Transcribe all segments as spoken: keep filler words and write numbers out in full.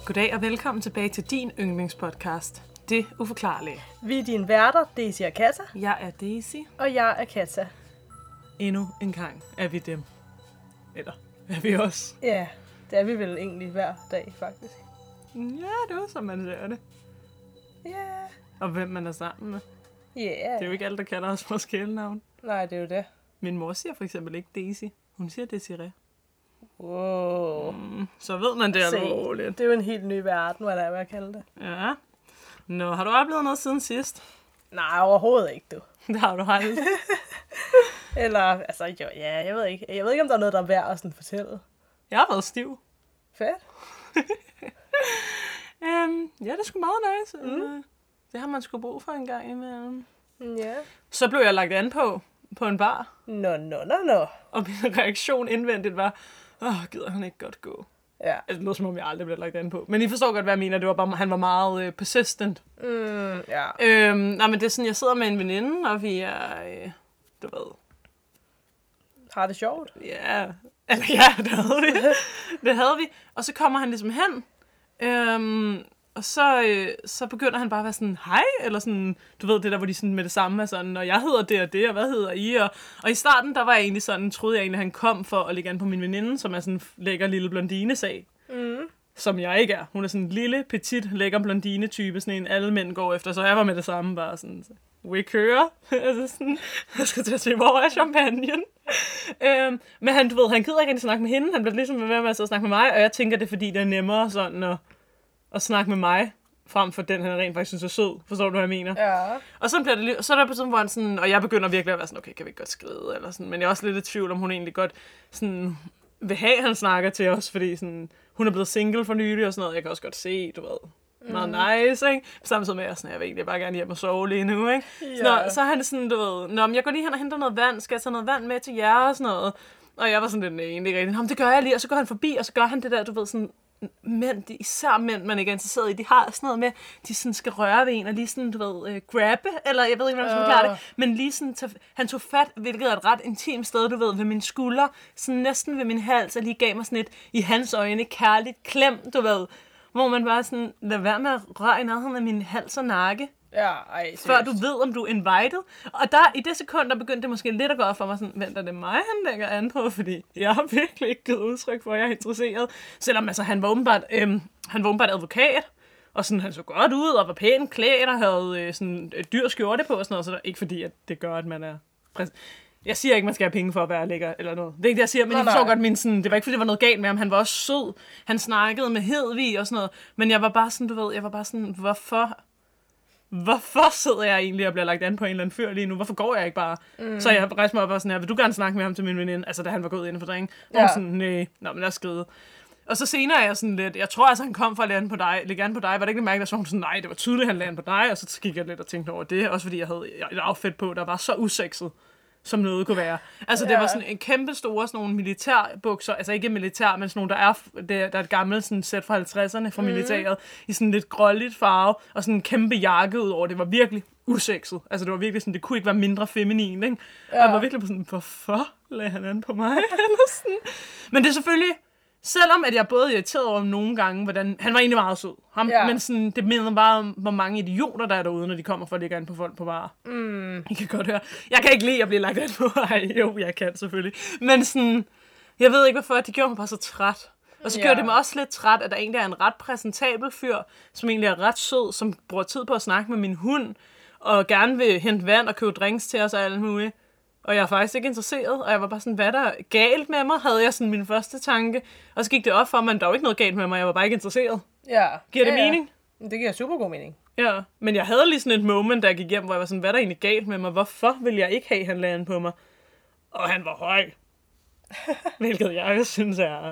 Goddag og velkommen tilbage til din yndlingspodcast, Det Uforklarlige. Vi er dine værter, Daisy og Katja. Jeg er Daisy. Og jeg er Katja. Endnu en gang er vi dem. Eller er vi også? Ja, det er vi vel egentlig hver dag, faktisk. Ja, det er jo som man ser det. Ja. Yeah. Og hvem man er sammen med. Ja. Yeah. Det er jo ikke alle, der kalder os vores kælenavn. Nej, det er jo det. Min mor siger for eksempel ikke Daisy. Hun siger Desiree. Wow. Mm, så ved man det alvorligt. Det er jo en helt ny verden, hvad der er, hvad jeg kalder det. Ja. Nå, har du oplevet noget siden sidst? Nej, overhovedet ikke, du. Det har du aldrig. Eller, altså, jo, ja, jeg ved ikke. Jeg ved ikke, om der er noget, der er værd at sådan fortælle. Jeg har været stiv. Fedt. um, ja, det er sgu meget nice. Mm. Det har man sgu brug for en gang imellem. Ja. Så blev jeg lagt an på, på en bar. Nå, nå, nå, nå. Og min reaktion indvendigt var, åh, gider han ikke godt gå? Ja. Altså, det lød som om, jeg aldrig blev lagt an på. Men I forstår godt, hvad jeg mener. Det var bare, han var meget øh, persistent. Mm, ja. Øhm, nej, men det er sådan, jeg sidder med en veninde, og vi er, øh, du ved... Har det sjovt? Ja, eller ja, det havde vi. Det havde vi. Og så kommer han ligesom hen, øhm, og så, øh, så begynder han bare at være sådan, hej, eller sådan, du ved det der, hvor de sådan med det samme er sådan, og jeg hedder det og det, og hvad hedder I? Og, og i starten, der var jeg egentlig sådan, troede jeg egentlig, at han kom for at ligge an på min veninde, som er sådan en lækker lille blondine-sag. Mm. Som jeg ikke er. Hun er sådan en lille, petit, lækker blondine-type, sådan en alle mænd går efter, så jeg var med det samme, bare sådan, så, vi kører. Altså sådan, jeg skal til at se, hvor er champagnen? øhm, men han, du ved, han gider ikke rigtig snakke med hende, han bliver ligesom ved med at snakke med mig, og jeg tænker, det er fordi, det er nemmere sådan at, at snakke med mig, frem for den, han rent faktisk synes er sød. Forstår du, hvad jeg mener? Ja. Og så bliver det, så er der på sådan, hvor han sådan, og jeg begynder virkelig at være sådan, okay, kan vi ikke godt skride, eller sådan, men jeg er også lidt i tvivl, om hun egentlig godt sådan, vil have, han snakker til os, fordi sådan, hun er blevet single for nylig og sådan noget, jeg kan også godt se, du ved, meget mm. nice, ikke? Samtidig med, at jeg vil egentlig bare gerne hjem og sove lige nu, ikke? Ja. Nå, så er han sådan, du ved, nå, men jeg går lige hen og henter noget vand, skal jeg tage noget vand med til jer og sådan noget? Og jeg var sådan lidt, nej, egentlig ikke rigtigt. Nå, det gør jeg lige, og så går han forbi, og så gør han det der, du ved, sådan, mænd, de, især mænd, man ikke er interesseret i, de har sådan noget med, de sådan skal røre ved en, og lige sådan, du ved, uh, grabbe, eller jeg ved ikke, hvordan man skal forklare det, men lige sådan, tage, han tog fat, hvilket er et ret intimt sted, du ved, ved min skulder, sådan næsten ved min hals, og lige gav mig sådan et, i hans øjne, kærligt klem, du ved, hvor man bare sådan, lad være med at røre i nærheden af min hals og nakke. Ja, ej, seriøst. Før du ved, om du er invited. Og der, i det sekund, der begyndte det måske lidt at gå op for mig sådan, venter det mig, han lægger an på, fordi jeg har virkelig ikke givet udtryk for, at jeg er interesseret. Selvom altså, han var åbenbart, øhm, han var åbenbart advokat, og sådan, han så godt ud, og var pænt klædt, og havde øh, sådan et dyr skjorte på, og sådan noget, så der, ikke fordi, at det gør, at man er... Præs- Jeg siger ikke, man skal have penge for at være lækker eller noget. Det er ikke det, jeg siger, men nej, jeg forstår godt min sådan... Det var ikke, fordi det var noget galt med ham. Han var også sød. Han snakkede med Hedvig og sådan noget. Men jeg var bare sådan, du ved, jeg var bare sådan, hvorfor... Hvorfor sidder jeg egentlig og bliver lagt an på en eller anden fyr lige nu? Hvorfor går jeg ikke bare? Mm. Så jeg rejste mig op og sådan her, vil du gerne snakke med ham til min veninde? Altså, da han var gået ind for drink. Og ja. Sådan, nej, nå, men lad os skride. Og så senere er jeg sådan lidt, jeg tror altså, han kom for at lande på dig, ligge an på dig. Var det ikke mærkeligt, at hun sådan, nej, det var tydeligt, han landede på dig. Og så gik jeg lidt og tænkte over det. Også fordi jeg havde et outfit på, der var så usexet, som noget kunne være. Altså, det ja. Var sådan en kæmpe store, sådan nogle militærbukser, altså ikke militær, men sådan nogle, der er, der, der er et gammelt sådan sæt fra halvtredserne fra militæret, mm. i sådan lidt gråligt farve, og sådan en kæmpe jakke ud over. Det var virkelig usexet. Altså, det var virkelig sådan, det kunne ikke være mindre feminin, ikke? Ja. Og jeg var virkelig på sådan, hvorfor lagde han an på mig? Eller sådan. Men det er selvfølgelig, selvom at jeg er både irriteret over nogle gange, hvordan han var egentlig meget sød. Ham, ja. Men sådan, det minder bare om, hvor mange idioter der er derude, når de kommer for at lægge an på folk på bar. Mm. I kan godt høre. Jeg kan ikke lide at blive lagt an på. Ej, jo, jeg kan selvfølgelig. Men sådan, jeg ved ikke hvorfor, de gjorde mig bare så træt. Og så ja. Gjorde det mig også lidt træt, at der egentlig er en ret præsentabel fyr, som egentlig er ret sød, som bruger tid på at snakke med min hund, og gerne vil hente vand og købe drinks til os og alt muligt. Og jeg er faktisk ikke interesseret, og jeg var bare sådan, hvad der er galt med mig, havde jeg sådan min første tanke. Og så gik det op for mig, at der var ikke noget galt med mig, jeg var bare ikke interesseret. Ja. Giver det ja, ja. mening? Det giver super god mening. Ja, men jeg havde lige sådan et moment, da jeg gik hjem, hvor jeg var sådan, hvad der egentlig galt med mig? Hvorfor ville jeg ikke have, han lagde an på mig? Og han var høj. Hvilket jeg synes er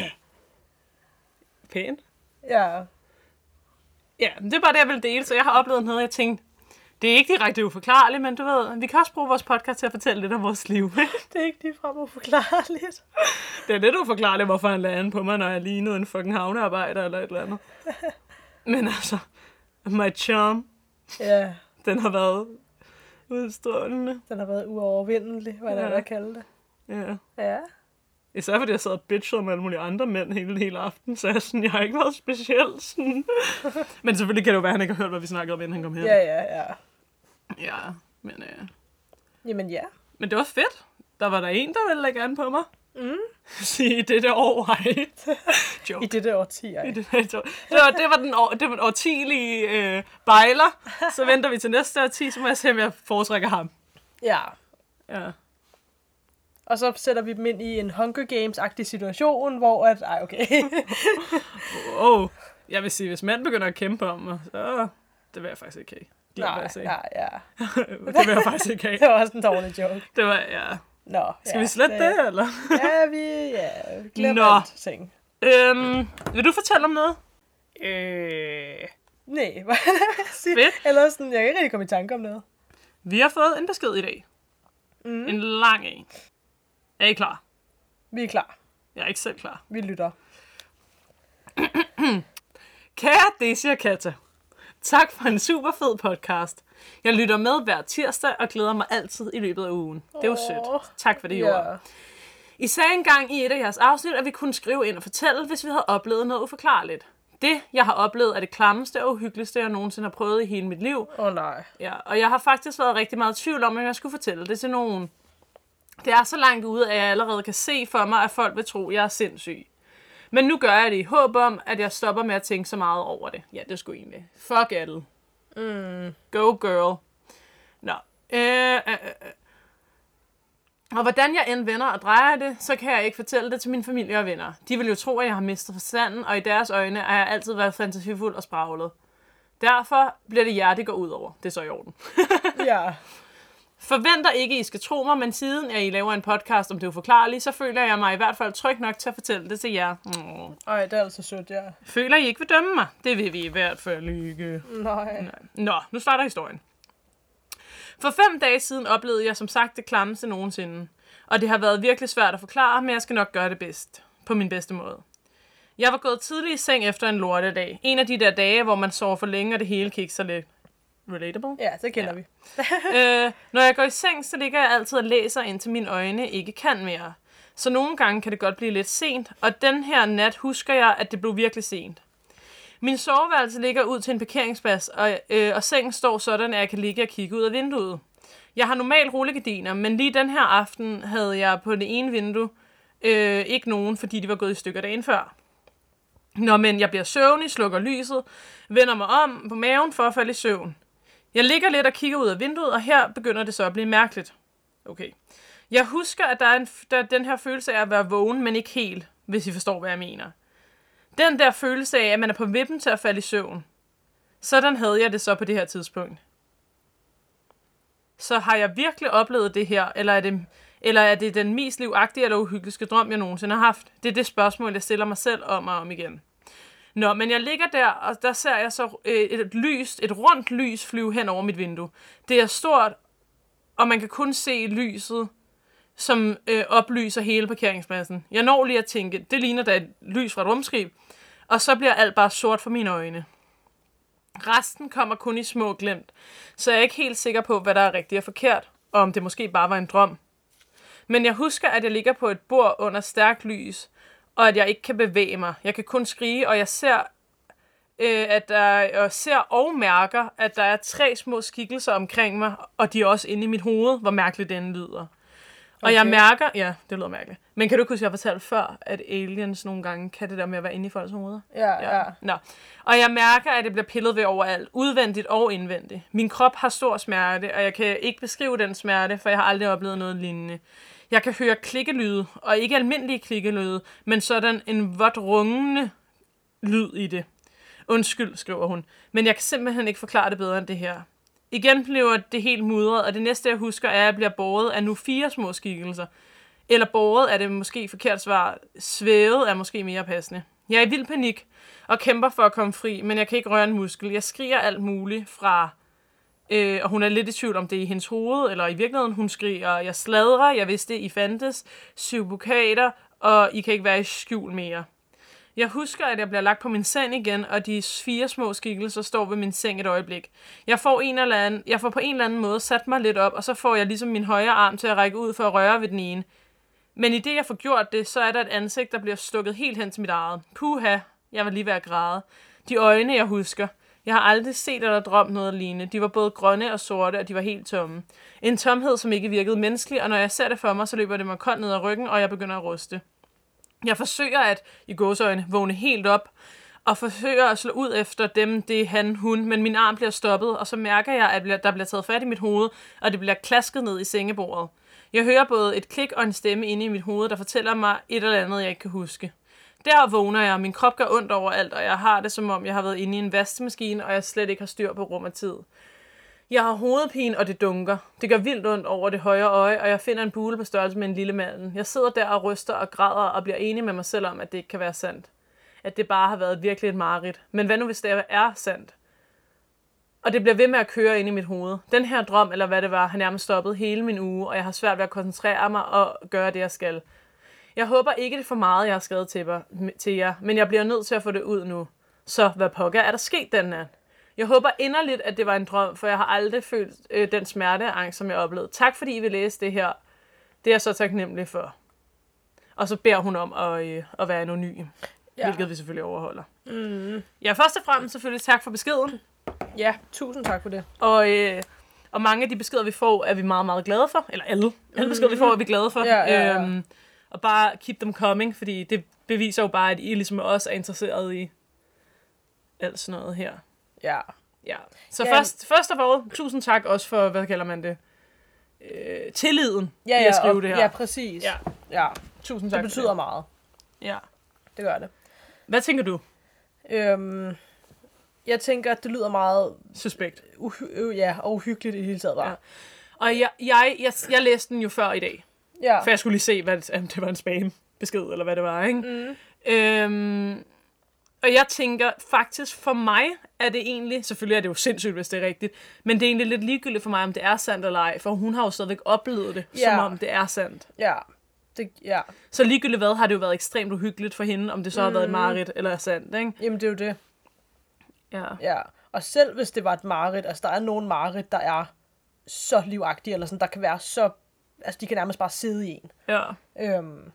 pænt. Ja. Ja, det er bare det, jeg ville dele, så jeg har oplevet noget, jeg tænkte, det er ikke direkte uforklarligt, men du ved, vi kan også bruge vores podcast til at fortælle lidt om vores liv. Det er ikke ligefrem uforklarligt. Det er lidt uforklarligt, hvorfor han lagde an på mig, når jeg lignede en fucking havnearbejder eller et eller andet. Men altså, my charm, ja. Den har været udstrålende. Den har været uovervindelig, hvad ja. Der er at kalde det. Ja. Ja. Især fordi jeg sad og bitchede med alle mulige andre mænd hele, hele aften, så jeg, sådan, jeg har ikke været specielt sådan. Men selvfølgelig kan det jo være, at han ikke har hørt, hvad vi snakkede om, inden han kom her. Ja, ja, ja. Ja, men... Øh... Jamen ja. Men det var fedt. Der var der en, der ville lægge an på mig. Mm. Sige, i dette år, ej. I dette årti, ej. I det, det, var, det, var, det var den år, det var den årtilige øh, bejler. Så venter vi til næste årti, så må jeg se, om jeg foretrækker ham. Ja. Ja. Og så sætter vi dem ind i en Hunger Games-agtig situation, hvor at... Ej, okay. Wow. Jeg vil sige, hvis mænd begynder at kæmpe om mig, så... Det vil jeg faktisk ikke have. Nej, nej, ja. Det vil jeg faktisk ikke have. Det var også en dårlig joke. Det var, ja. Nå, Skal ja, vi slette det, det, eller? Ja, vi... Ja, glem Nå. alt ting. Øhm, vil du fortælle om noget? Øh... Nej, hvad sige? Fedt. Eller sådan, jeg kan ikke rigtig komme i tanke om noget. Vi har fået en besked i dag. Mm. En lang en. Er I klar? Vi er klar. Jeg er ikke selv klar. Vi lytter. Kære Daisy og Katja, tak for en super fed podcast. Jeg lytter med hver tirsdag og glæder mig altid i løbet af ugen. Det er jo sødt. Tak for det, Jord. Ja. I sagde engang i et af jeres afsnit, at vi kunne skrive ind og fortælle, hvis vi havde oplevet noget uforklarligt. Det, jeg har oplevet, er det klammeste og uhyggeligste, jeg nogensinde har prøvet i hele mit liv. Åh oh, nej. Ja, og jeg har faktisk været rigtig meget i tvivl om, at jeg skulle fortælle det til nogen. Det er så langt ude, at jeg allerede kan se for mig, at folk vil tro, at jeg er sindssyg. Men nu gør jeg det i håb om, at jeg stopper med at tænke så meget over det. Ja, det skulle egentlig. Fuck Adele. Mm. Go girl. Nå. Øh, øh, øh. Og hvordan jeg end vender og drejer det, så kan jeg ikke fortælle det til min familie og venner. De vil jo tro, at jeg har mistet forstanden, og i deres øjne har jeg altid været fantasifuld og spraglet. Derfor bliver det jer, det går ud over. Det er så i orden. Ja. Forventer ikke, I skal tro mig, men siden at I laver en podcast om det uforklarlige, så føler jeg mig i hvert fald tryg nok til at fortælle det til jer. Mm. Ej, det er altså sødt, ja. Føler I ikke vil dømme mig? Det vil vi i hvert fald ikke. Nej. Nej. Nå, nu starter historien. For fem dage siden oplevede jeg som sagt det klammeste nogensinde. Og det har været virkelig svært at forklare, men jeg skal nok gøre det bedst. På min bedste måde. Jeg var gået tidlig i seng efter en lortedag. En af de der dage, hvor man sover for længe, og det hele kigger lidt relatable. Ja, det kender ja. vi. øh, når jeg går i seng, så ligger jeg altid og læser, indtil mine øjne ikke kan mere. Så nogle gange kan det godt blive lidt sent, og den her nat husker jeg, at det blev virkelig sent. Min soveværelse ligger ud til en parkeringsplads, og, øh, og sengen står sådan, at jeg kan ligge og kigge ud af vinduet. Jeg har normalt rullegardiner, men lige den her aften havde jeg på det ene vindue øh, ikke nogen, fordi de var gået i stykker dagen før. Nå, men jeg bliver søvnig, slukker lyset, vender mig om på maven for at falde i søvn. Jeg ligger lidt og kigger ud af vinduet, og her begynder det så at blive mærkeligt. Okay. Jeg husker, at der er, en, der er den her følelse af at være vågen, men ikke helt, hvis I forstår, hvad jeg mener. Den der følelse af, at man er på vippen til at falde i søvn. Sådan havde jeg det så på det her tidspunkt. Så har jeg virkelig oplevet det her, eller er det, eller er det den mest livagtige eller uhyggeligste drøm, jeg nogensinde har haft? Det er det spørgsmål, jeg stiller mig selv om og om igen. Nå, men jeg ligger der, og der ser jeg så et, et lys, et rundt lys flyve hen over mit vindue. Det er stort, og man kan kun se lyset, som øh, oplyser hele parkeringspladsen. Jeg når lige at tænke, det ligner da et lys fra et rumskib, og så bliver alt bare sort for mine øjne. Resten kommer kun i små glimt, så jeg er ikke helt sikker på, hvad der er rigtigt og forkert, og om det måske bare var en drøm. Men jeg husker, at jeg ligger på et bord under stærkt lys, og at jeg ikke kan bevæge mig. Jeg kan kun skrige, og jeg ser, øh, at der, jeg ser og mærker, at der er tre små skikkelser omkring mig, og de er også inde i mit hoved, hvor mærkeligt den lyder. Og okay. Jeg mærker... Ja, det lyder mærkeligt. Men kan du huske, at jeg fortalte før, at aliens nogle gange kan det der med at være inde i folks hoveder? Ja, ja. ja. Nå. Og jeg mærker, at det bliver pillet ved overalt, udvendigt og indvendigt. Min krop har stor smerte, og jeg kan ikke beskrive den smerte, for jeg har aldrig oplevet noget lignende. Jeg kan høre klikkelyde, og ikke almindelige klikkelyde, men sådan en vådt rungende lyd i det. Undskyld, skriver hun, men jeg kan simpelthen ikke forklare det bedre end det her. Igen bliver det helt mudret, og det næste, jeg husker, er, at jeg bliver båret af nu fire små skikkelser. Eller båret er det måske forkert svar. Svævet er måske mere passende. Jeg er i vild panik og kæmper for at komme fri, men jeg kan ikke røre en muskel. Jeg skriger alt muligt fra... Øh, og hun er lidt i tvivl om det er i hendes hoved, eller i virkeligheden hun skriger, jeg sladrer, jeg vidste I fandtes, psykopater, og I kan ikke være i skjul mere. Jeg husker, at jeg bliver lagt på min seng igen, og de fire små skikkelser står ved min seng et øjeblik. Jeg får, en eller anden, jeg får på en eller anden måde sat mig lidt op, og så får jeg ligesom min højre arm til at række ud for at røre ved den ene. Men i det, jeg får gjort det, så er der et ansigt, der bliver stukket helt hen til mit eget. Puha, jeg var lige ved at græde. De øjne, jeg husker. Jeg har aldrig set eller drømt noget lignende. De var både grønne og sorte, og de var helt tomme. En tomhed, som ikke virkede menneskelig, og når jeg ser det for mig, så løber det mig koldt ned ad ryggen, og jeg begynder at ryste. Jeg forsøger at, i gåseøjne, vågne helt op, og forsøger at slå ud efter dem, det er han, hun, men min arm bliver stoppet, og så mærker jeg, at der bliver taget fat i mit hoved, og det bliver klasket ned i sengebordet. Jeg hører både et klik og en stemme inde i mit hoved, der fortæller mig et eller andet, jeg ikke kan huske. Der vågner jeg, min krop gør ondt overalt, og jeg har det, som om jeg har været inde i en vaskemaskine, og jeg slet ikke har styr på rum og tid. Jeg har hovedpine, og det dunker. Det gør vildt ondt over det højre øje, og jeg finder en bule på størrelse med en lille manden. Jeg sidder der og ryster og græder, og bliver enig med mig selv om, at det ikke kan være sandt. At det bare har været virkelig et mareridt. Men hvad nu, hvis det er sandt? Og det bliver ved med at køre ind i mit hoved. Den her drøm, eller hvad det var, har nærmest stoppet hele min uge, og jeg har svært ved at koncentrere mig og gøre det, jeg skal. Jeg håber ikke, det er for meget, jeg har skrevet til, til jer, men jeg bliver nødt til at få det ud nu. Så hvad pokker er der sket den nat? Jeg håber inderligt, at det var en drøm, for jeg har aldrig følt øh, den smerte og angst, som jeg oplevede. Tak fordi I vil læse det her. Det er jeg så taknemmelig for. Og så beder hun om at, øh, at være anonym, ja. Hvilket vi selvfølgelig overholder. Mm. Ja, først og fremmest selvfølgelig tak for beskeden. Ja, tusind tak for det. Og, øh, og mange af de beskeder, vi får, er vi meget, meget glade for. Eller alle. Alle beskeder, vi får, er vi glade for. Ja, ja, ja. Øhm, og bare keep them coming, fordi det beviser jo bare, at I ligesom også er interesseret i alt sådan noget her. Ja. Ja. Så ja. først, først og fremmest, tusind tak også for, hvad kalder man det, øh, tilliden ja, ja, i at skrive og, det her. Ja, præcis. Ja. Ja. Tusind tak. Det betyder det. meget. Ja. Det gør det. Hvad tænker du? Øhm, jeg tænker, at det lyder meget suspekt. Uhy- øh, ja, og uhyggeligt i det hele taget bare. Ja. Og jeg, jeg, jeg, jeg læste den jo før i dag. Ja. For jeg skulle lige se, hvad det, det var en spam-besked, eller hvad det var, ikke? Mm. Øhm, og jeg tænker, faktisk for mig er det egentlig, selvfølgelig er det jo sindssygt, hvis det er rigtigt, men det er egentlig lidt ligegyldigt for mig, om det er sandt eller ej, for hun har jo stadigvæk oplevet det, ja. som om det er sandt. Ja. Det, ja. Så ligegyldigt hvad, har det jo været ekstremt uhyggeligt for hende, om det så mm. har været et mareridt eller sandt, ikke? Jamen, det er jo det. Ja. Ja. Og selv hvis det var et mareridt, altså der er nogen mareridt, der er så livagtige, eller sådan, der kan være så, altså de kan nærmest bare sidde i en. Ja. Øhm,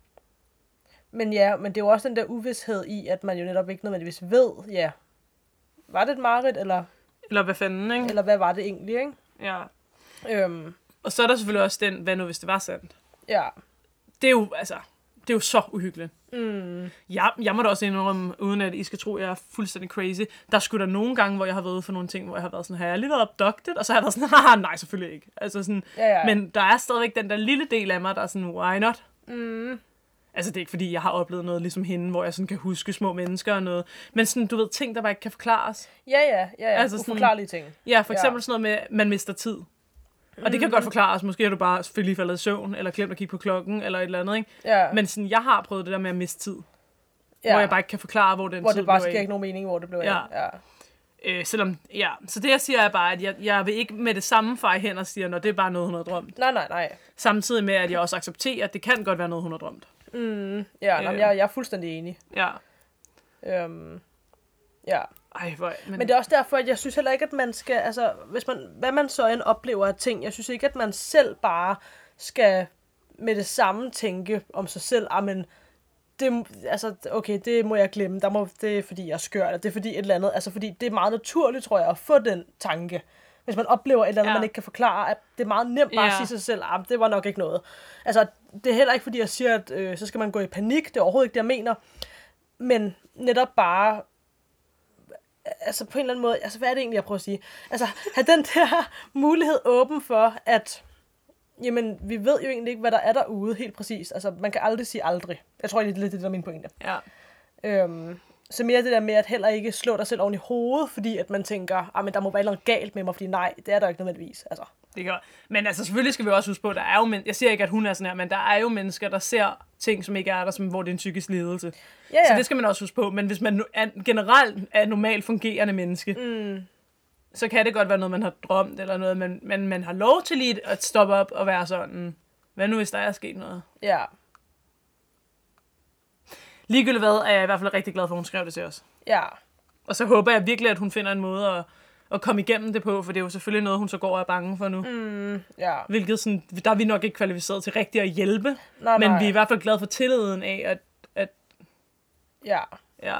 men ja, men det er jo også den der uvidshed i, at man jo netop ikke nødvendigvis ved, ja, var det et mareridt, eller... Eller hvad fanden, ikke? Eller hvad var det egentlig, ikke? Ja. Øhm, og så er der selvfølgelig også den, hvad nu hvis det var sandt? Ja. Det er jo, altså, det er jo så uhyggeligt. Mm. Jeg, jeg må da også indrømme, uden at I skal tro, at jeg er fuldstændig crazy. Der skulle der nogle gange, hvor jeg har været ude for nogle ting, hvor jeg har været sådan, har jeg lige været abducted? Og så har jeg været sådan, haha, nej, selvfølgelig ikke. Altså sådan, ja, ja, ja. Men der er stadigvæk den der lille del af mig, der er sådan, why not? Mm. Altså det er ikke fordi, jeg har oplevet noget ligesom hende, hvor jeg sådan kan huske små mennesker og noget. Men sådan, du ved, ting, der bare ikke kan forklares. Ja, ja, ja, ja. Altså sådan, uforklarlige ting. Ja, for eksempel ja. sådan noget med, man mister tid. Og det kan godt forklares. Måske har du bare selvfølgelig faldet i søvn, eller glemt at kigge på klokken, eller et eller andet, ikke? Ja. Men sådan, jeg har prøvet det der med at miste tid. Ja. Hvor jeg bare ikke kan forklare, hvor den hvor tid det bare blev giver ikke nogen mening, hvor det blev ja. af. Ja. Øh, selvom, ja. Så det jeg siger er bare, at jeg, jeg vil ikke med det samme fej hen og siger, når det er bare noget, hun har drømt. Nej, nej, nej. Samtidig med, at jeg også accepterer, at det kan godt være noget, hun har drømt. Mm. Ja, øh. nej, jeg, jeg er fuldstændig enig. Ja. Øhm. Ja. Ej, hvor, men... men det er også derfor, at jeg synes heller ikke, at man skal, altså, hvis man, hvad man så end oplever af ting, jeg synes ikke, at man selv bare skal med det samme tænke om sig selv, ah, men det, altså, okay, det må jeg glemme, der må, det er fordi, jeg er skør, eller det er fordi et eller andet, altså, fordi det er meget naturligt, tror jeg, at få den tanke, hvis man oplever et eller andet, ja. Man ikke kan forklare, at det er meget nemt bare ja. At sige sig selv, ah, det var nok ikke noget. Altså, det er heller ikke, fordi jeg siger, at øh, så skal man gå i panik, det er overhovedet ikke det, jeg mener, men netop bare altså på en eller anden måde, altså hvad er det egentlig, jeg prøver at sige? Altså, have den der mulighed åben for, at jamen, vi ved jo egentlig ikke, hvad der er derude helt præcis. Altså, man kan aldrig sige aldrig. Jeg tror, det er lidt det, der er min pointe. Ja. Øhm, så mere det der med, at heller ikke slå dig selv oven i hovedet, fordi at man tænker, ah, men der må være noget galt med mig, fordi nej, det er der ikke nødvendigvis. Altså. Det gør. Men altså, selvfølgelig skal vi også huske på, at der er jo men- jeg siger ikke, at hun er sådan her, men der er jo mennesker, der ser ting, som ikke er der, som, hvor det er en psykisk lidelse. Ja, ja. Så det skal man også huske på. Men hvis man er, generelt er normalt fungerende menneske, mm. så kan det godt være noget, man har drømt, eller noget, men, men man har lov til lige at stoppe op og være sådan, hvad nu, hvis der er sket noget? Ja. Ligegyldigt hvad, er jeg i hvert fald rigtig glad for, at hun skrev det til os. Ja. Og så håber jeg virkelig, at hun finder en måde at, at komme igennem det på, for det er jo selvfølgelig noget, hun så går og er bange for nu. Mm, ja. Hvilket sådan, der er vi nok ikke kvalificeret til rigtig at hjælpe, Nej, men nej. vi er i hvert fald glade for tilliden af, at, at Ja. ja,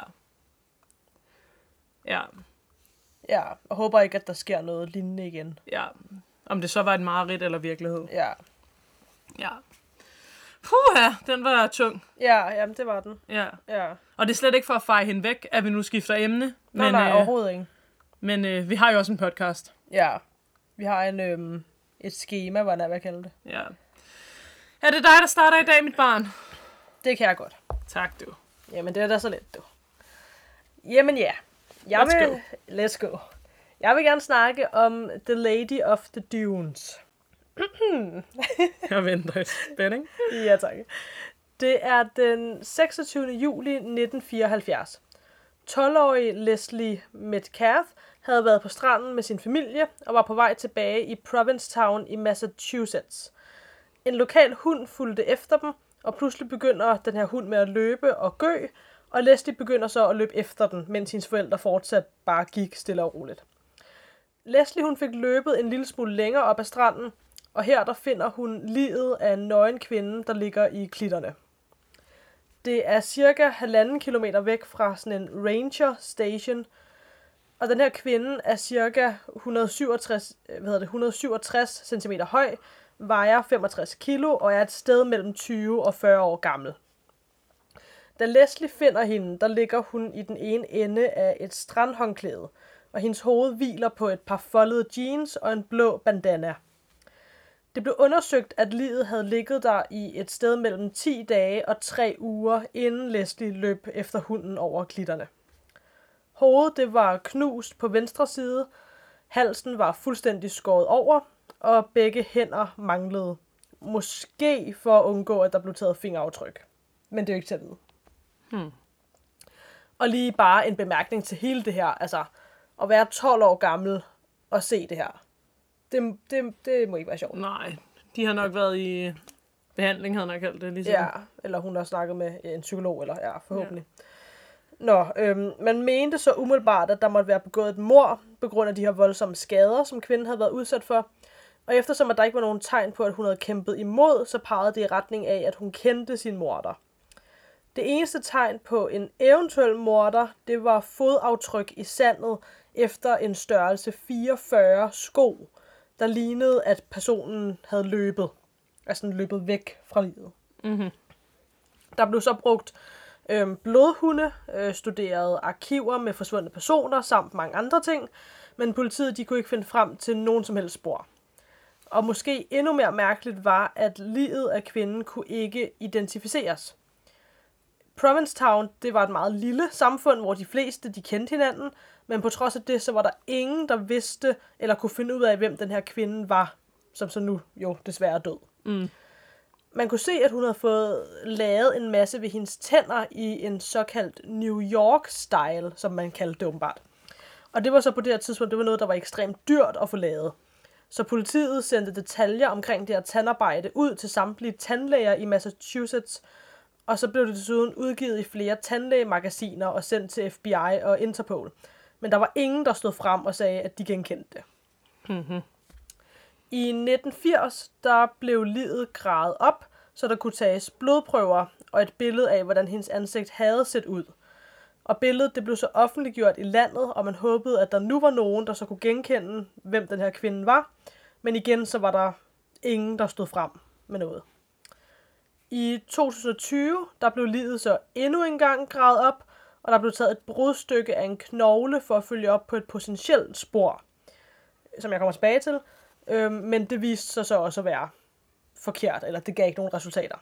ja, Ja, og håber ikke, at der sker noget lignende igen. ja, om det så var et mareridt eller virkelighed. Ja. Ja. Puha, den var tung. Ja, jamen det var den. Ja. Ja. Og det er slet ikke for at feje hende væk, at vi nu skifter emne. Nej, Men, nej, øh, overhovedet ikke. men øh, vi har jo også en podcast. Ja. Vi har en, øhm, et schema, hvordan jeg vil kalde det. Ja. Er det dig, der starter i dag, mit barn? Det kan jeg godt. Tak, du. Jamen, det er da så let, du. Jamen ja. Jeg Let's vil... go. Let's go. Jeg vil gerne snakke om The Lady of the Dunes. Jeg venter i spænding. Ja, tak. Det er den seksogtyvende juli nitten fireoghalvfjerds. tolv-årige Leslie Metcalf havde været på stranden med sin familie og var på vej tilbage i Provincetown i Massachusetts. En lokal hund fulgte efter dem, og pludselig begynder den her hund med at løbe og gø, og Leslie begynder så at løbe efter den, mens hendes forældre fortsat bare gik stille og roligt. Leslie hun fik løbet en lille smule længere op ad stranden, og her der finder hun liget af en nøgen kvinde, der ligger i klitterne. Det er cirka halvanden kilometer væk fra sådan en ranger station, og den her kvinde er cirka et hundrede og syvogtres, hvad hedder det, et hundrede og syvogtres centimeter høj, vejer femogtres kilo og er et sted mellem tyve og fyrre år gammel. Da Leslie finder hende, der ligger hun i den ene ende af et strandhåndklæde, og hendes hoved hviler på et par foldede jeans og en blå bandana. Det blev undersøgt, at liget havde ligget der i et sted mellem ti dage og tre uger, inden Leslie løb efter hunden over klitterne. Hovedet det var knust på venstre side, halsen var fuldstændig skåret over, og begge hænder manglede. Måske for at undgå, at der blev taget fingeraftryk. Men det er jo ikke til at vide. Hmm. Og lige bare en bemærkning til hele det her. Altså, at være tolv år gammel og se det her. Det, det, det må ikke være sjovt. Nej, de har nok været i behandling, havde nok kaldt det. Ligesom. Ja, eller hun har snakket med en psykolog, eller ja, forhåbentlig. Ja. Nå, øhm, man mente så umiddelbart, at der måtte være begået et mord, på grund af de her voldsomme skader, som kvinden havde været udsat for. Og eftersom at der ikke var nogen tegn på, at hun havde kæmpet imod, så pegede det i retning af, at hun kendte sin morder. Det eneste tegn på en eventuel morder, det var fodaftryk i sandet efter en størrelse fireogfyrre sko, der lignede, at personen havde løbet. Altså løbet væk fra livet. Mm-hmm. Der blev så brugt øh, blodhunde, øh, studeret arkiver med forsvundne personer, samt mange andre ting, men politiet de kunne ikke finde frem til nogen som helst spor. Og måske endnu mere mærkeligt var, at liget af kvinden kunne ikke identificeres. Provincetown, det var et meget lille samfund, hvor de fleste de kendte hinanden, men på trods af det, så var der ingen, der vidste eller kunne finde ud af, hvem den her kvinde var, som så nu jo desværre er død. Mm. Man kunne se, at hun havde fået lavet en masse ved hendes tænder i en såkaldt New York-style, som man kaldte det åbenbart. Og det var så på det her tidspunkt, det var noget, der var ekstremt dyrt at få lavet. Så politiet sendte detaljer omkring det her tandarbejde ud til samtlige tandlæger i Massachusetts, og så blev det desuden udgivet i flere tandlægemagasiner og sendt til F B I og Interpol. Men der var ingen, der stod frem og sagde, at de genkendte det. Mm-hmm. I nitten firs, der blev liget gravet op, så der kunne tages blodprøver og et billede af, hvordan hendes ansigt havde set ud. Og billedet det blev så offentliggjort i landet, og man håbede, at der nu var nogen, der så kunne genkende, hvem den her kvinde var. Men igen, så var der ingen, der stod frem med noget. I to tusind og tyve, der blev liget så endnu en gang gravet op, og der blev taget et brudstykke af en knogle for at følge op på et potentielt spor, som jeg kommer tilbage til. Øhm, men det viste sig så også at være forkert, eller det gav ikke nogen resultater.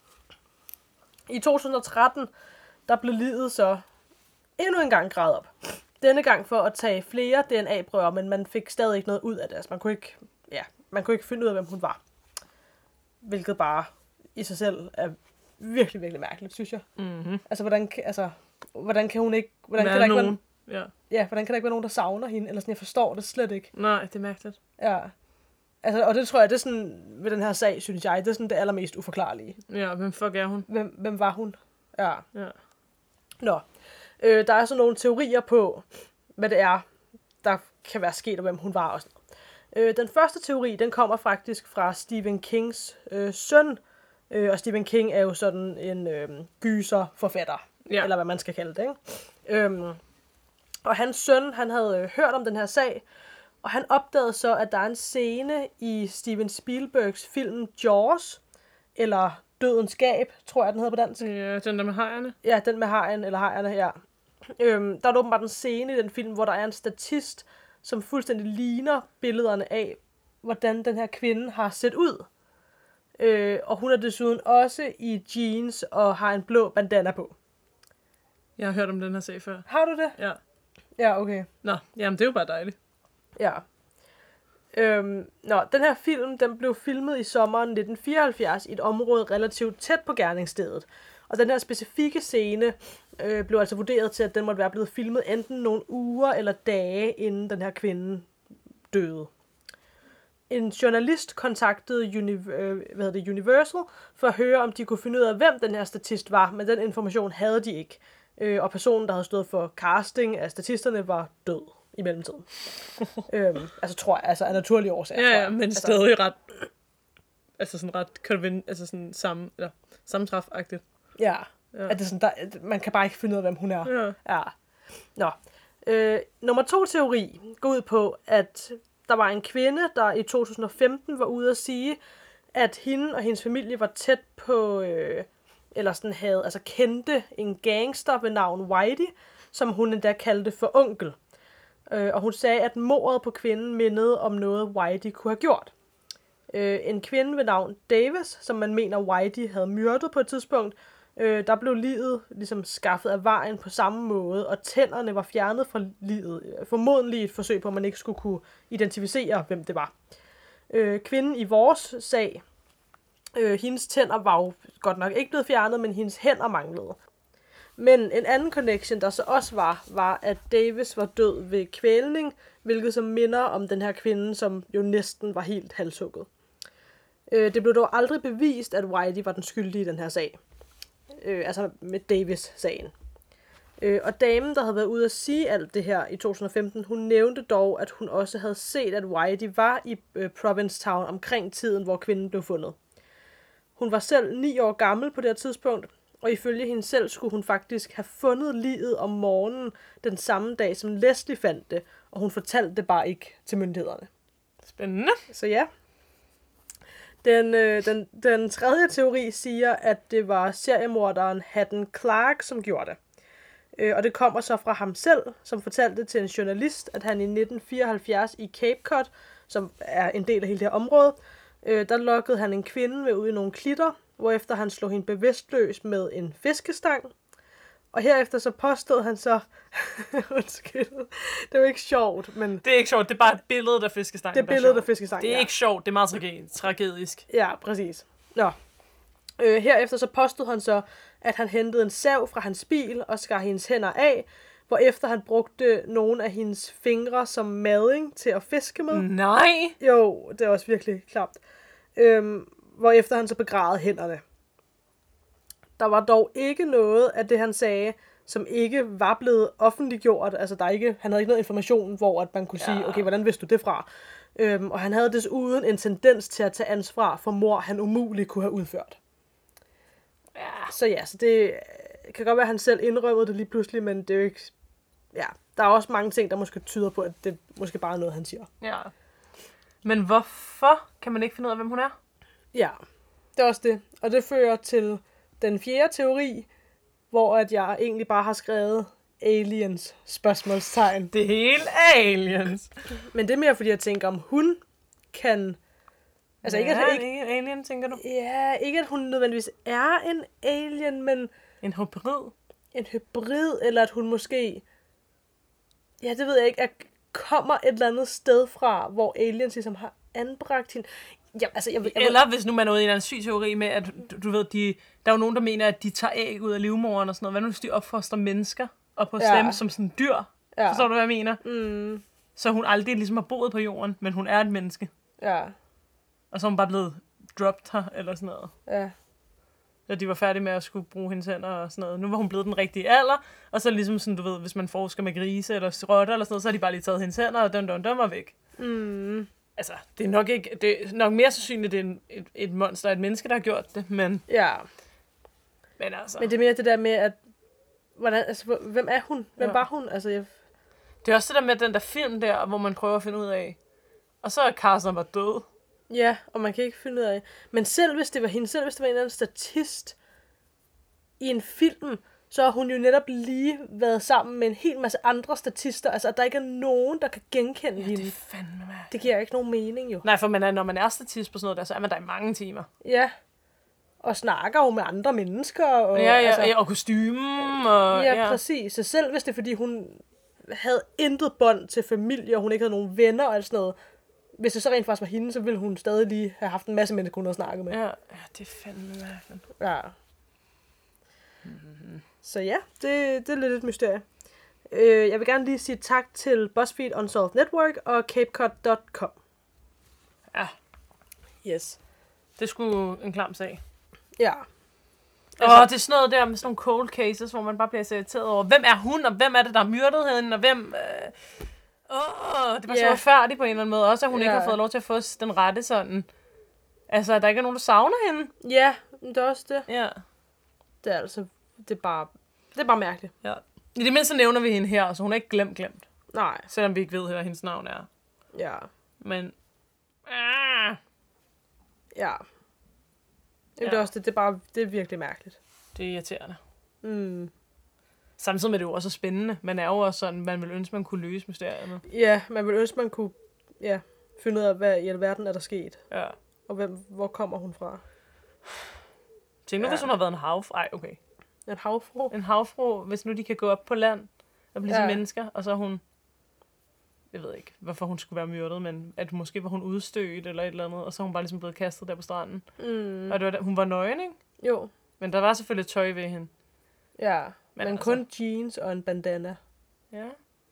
I to tusind og tretten, der blev liget så endnu en gang gravet op. Denne gang for at tage flere D N A-prøver, men man fik stadig ikke noget ud af det. Altså, man kunne ikke, ja, man kunne ikke finde ud af, hvem hun var. Hvilket bare i sig selv er virkelig, virkelig mærkeligt, synes jeg. Mm-hmm. Altså, hvordan, altså, hvordan kan hun ikke... Hvordan Hvad kan der ikke nogen? være, Ja. ja, hvordan kan der ikke være nogen, der savner hende? Eller sådan, jeg forstår det slet ikke. Nej, det er mærkeligt. Ja. Altså, og det tror jeg, det er sådan, ved den her sag, synes jeg, det er sådan det allermest uforklarlige. Ja, hvem fuck er hun? Hvem, hvem var hun? Ja. Ja. Nå. Øh, der er så nogle teorier på, hvad det er, der kan være sket, og hvem hun var og sådan noget. Øh, den første teori, den kommer faktisk fra Stephen Kings øh, søn, øh, og Stephen King er jo sådan en øh, gyserforfatter, ja. Eller hvad man skal kalde det, ikke? Øhm, og hans søn, han havde øh, hørt om den her sag, og han opdagede så, at der er en scene i Steven Spielbergs film Jaws, eller Dødens Gab, tror jeg, den hedder på dansk. Ja, den der med hajerne. Ja, den med hajen, eller hajerne, ja. Øhm, der er åbenbart en scene i den film, hvor der er en statist, som fuldstændig ligner billederne af, hvordan den her kvinde har set ud. Øh, og hun er desuden også i jeans og har en blå bandana på. Jeg har hørt om den her sag før. Har du det? Ja. Ja, okay. Nå, jamen det er jo bare dejligt. Ja. Øhm, nå, den her film, den blev filmet i sommeren nitten fireoghalvfjerds i et område relativt tæt på gerningsstedet. Og den her specifikke scene øh, blev altså vurderet til, at den måtte være blevet filmet enten nogle uger eller dage, inden den her kvinde døde. En journalist kontaktede Uni- øh, hvad hedder det, Universal for at høre, om de kunne finde ud af, hvem den her statist var, men den information havde de ikke. Øh, og personen, der havde stået for casting af statisterne, var død i mellemtiden. øhm, altså tror jeg, altså af naturlige årsager. Ja, tror ja, jeg. men altså, stadig ret, altså sådan ret konven, altså sådan sammen, eller sammentræf-agtigt. Ja, ja. At det sådan, der, at man kan bare ikke finde ud af, hvem hun er. Ja. Ja. Nå. Øh, nummer to teori går ud på, at der var en kvinde, der i to tusind og femten var ude at sige, at hende og hendes familie var tæt på, øh, eller sådan havde, altså kendte en gangster ved navn Whitey, som hun endda kaldte for onkel. Øh, og hun sagde, at mordet på kvinden mindede om noget, Whitey kunne have gjort. Øh, en kvinde ved navn Davis, som man mener Whitey havde myrdet på et tidspunkt, øh, der blev liget ligesom skaffet af vejen på samme måde, og tænderne var fjernet fra liget. Formodentlig et forsøg på, at man ikke skulle kunne identificere, hvem det var. Øh, kvinden i vores sag, øh, hendes tænder var jo godt nok ikke blevet fjernet, men hendes hænder manglede. Men en anden connection, der så også var, var, at Davis var død ved kvælning, hvilket som minder om den her kvinde, som jo næsten var helt halshugget. Øh, det blev dog aldrig bevist, at Whitey var den skyldige i den her sag. Øh, altså med Davis-sagen. Øh, og damen, der havde været ude at sige alt det her i to tusind og femten, hun nævnte dog, at hun også havde set, at Whitey var i øh, Provincetown omkring tiden, hvor kvinden blev fundet. Hun var selv ni år gammel på det her tidspunkt, og ifølge hende selv skulle hun faktisk have fundet liget om morgenen den samme dag, som Leslie fandt det, og hun fortalte det bare ikke til myndighederne. Spændende. Så ja. Den, øh, den, den tredje teori siger, at det var seriemorderen Haddon Clark, som gjorde det. Øh, og det kommer så fra ham selv, som fortalte til en journalist, at han i nitten fireoghalvfjerds i Cape Cod, som er en del af hele det her område, øh, der lokkede han en kvinde med ud i nogle klitter, hvorefter han slog hende bevidstløs med en fiskestang. Og herefter så påstod han så... Undskyld. Det er jo ikke sjovt, men... Det er ikke sjovt, det er bare et billede af fiskestangen. Det er billedet af fiskestangen, Det er ja. ikke sjovt, det er meget trage- tragedisk. Ja, præcis. Nå. Øh, herefter så påstod han så, at han hentede en sav fra hans bil og skar hendes hænder af, hvorefter han brugte nogle af hendes fingre som madding til at fiske med. Nej! Jo, det er også virkelig klamt. Øhm, hvorefter han så begravede hænderne. Der var dog ikke noget af det, han sagde, som ikke var blevet offentliggjort. Altså, der er ikke, han havde ikke noget information, hvor at man kunne ja. sige, okay, hvordan vidste du det fra? Øhm, og han havde desuden en tendens til at tage ansvar for mord, han umuligt kunne have udført. Ja. Så ja, så det kan godt være, at han selv indrømmede det lige pludselig, men det er jo ikke... Ja, der er også mange ting, der måske tyder på, at det måske bare er noget, han siger. Ja. Men hvorfor kan man ikke finde ud af, hvem hun er? Ja, det er også det. Og det fører til den fjerde teori, hvor at jeg egentlig bare har skrevet aliens spørgsmålstegn. Det hele aliens. Men det er mere, fordi jeg tænker, om hun kan... Altså ja, ikke, at, ikke, ikke alien, tænker du? Ja, ikke at hun nødvendigvis er en alien, men... En hybrid? En hybrid, eller at hun måske... Ja, det ved jeg ikke, at kommer et eller andet sted fra, hvor aliens ligesom har anbragt hende. Ja, altså, jeg, jeg, eller hvis nu man er ude i en anden syg teori med, at du, du ved, de, der er jo nogen, der mener, at de tager æg ud af livmoderen og sådan noget. Hvad nu, hvis de opfostrer mennesker og på ja. dem som sådan dyr? Ja. Forstår du, hvad jeg mener? Mm. Så hun aldrig ligesom har boet på jorden, men hun er et menneske. Ja. Og så er hun bare blevet dropped her, eller sådan noget. Ja. da de var færdige med at skulle bruge hendes hænder og sådan noget. Nu var hun blevet den rigtige alder, og så ligesom sådan, du ved, hvis man forsker med grise eller rotter eller sådan noget, så har de bare lige taget hendes hænder, og døm, døm, døm og væk. Mm. Altså, det er nok ikke, det er nok mere sandsynligt, det er en, et, et monster, et menneske, der har gjort det, men... Ja. Men altså... Men det er mere det der med, at... Hvordan, altså, hvem er hun? Hvem ja. var hun? Altså, jeg... Det er også det der med den der film der, hvor man prøver at finde ud af. Og så er Carson var død. Ja, og man kan ikke finde ud af... Men selv hvis det var hende, selv hvis det var en eller anden statist i en film, så har hun jo netop lige været sammen med en hel masse andre statister. Altså, at der ikke er nogen, der kan genkende ja, hende. det er fandme mærkeligt. Det giver ikke nogen mening, jo. Nej, for man er, når man er statist på sådan noget der, så er man der i mange timer. Ja. Og snakker jo med andre mennesker. Og, ja, ja, altså, ja, og kostymen. Og, ja, ja, præcis. Så selv hvis det er, fordi hun havde intet bånd til familie, og hun ikke havde nogen venner og sådan noget, hvis det så rent faktisk var hende, så ville hun stadig lige have haft en masse mennesker, hun havde snakket med. Ja, ja, det er fandme mærkeligt. Ja. Mm-hmm. Så ja, det, det er lidt et mysterie. Øh, jeg vil gerne lige sige tak til BuzzFeed Unsolved Network og CapeCod punktum com. Ja. Yes. Det er sgu en klam sag. Ja. Altså, og det er sådan noget der med sådan nogle cold cases, hvor man bare bliver så irriteret over, hvem er hun, og hvem er det, der har myrdet hende, og hvem... Øh... Åh, det var så yeah. færdigt på en eller anden måde. Også at hun yeah. ikke har fået lov til at få den rette sådan... Altså, at der ikke er nogen, der savner hende. Ja, det er også det. Ja. Det er altså... Det er bare... Det er bare mærkeligt. Ja. I det mindste nævner vi hende her, så hun er ikke glemt glemt. Nej. Selvom vi ikke ved, hvad hendes navn er. Ja. Men... Ah. Ja. Ja. Det er også det. Det er bare... Det er virkelig mærkeligt. Det er irriterende. Mm. Samtidig med det jo også spændende. Man er jo også sådan, man vil ønske, man kunne løse mysterierne. Ja, man vil ønske, man kunne ja, finde ud af, hvad i alverden er der sket. Ja. Og hvem, hvor kommer hun fra? Tænk nu, ja. hvis hun har været en havfru. Ej, okay. En havfru? En havfru, hvis nu de kan gå op på land og blive ja. som mennesker, og så er hun... Jeg ved ikke, hvorfor hun skulle være myrdet, men at måske var hun udstødt eller et eller andet, og så er hun bare ligesom blevet kastet der på stranden. Mm. Og det var, hun var nøgen, ikke? Jo. Men der var selvfølgelig tøj ved hende. Ja, men, men altså... kun jeans og en bandana. Ja.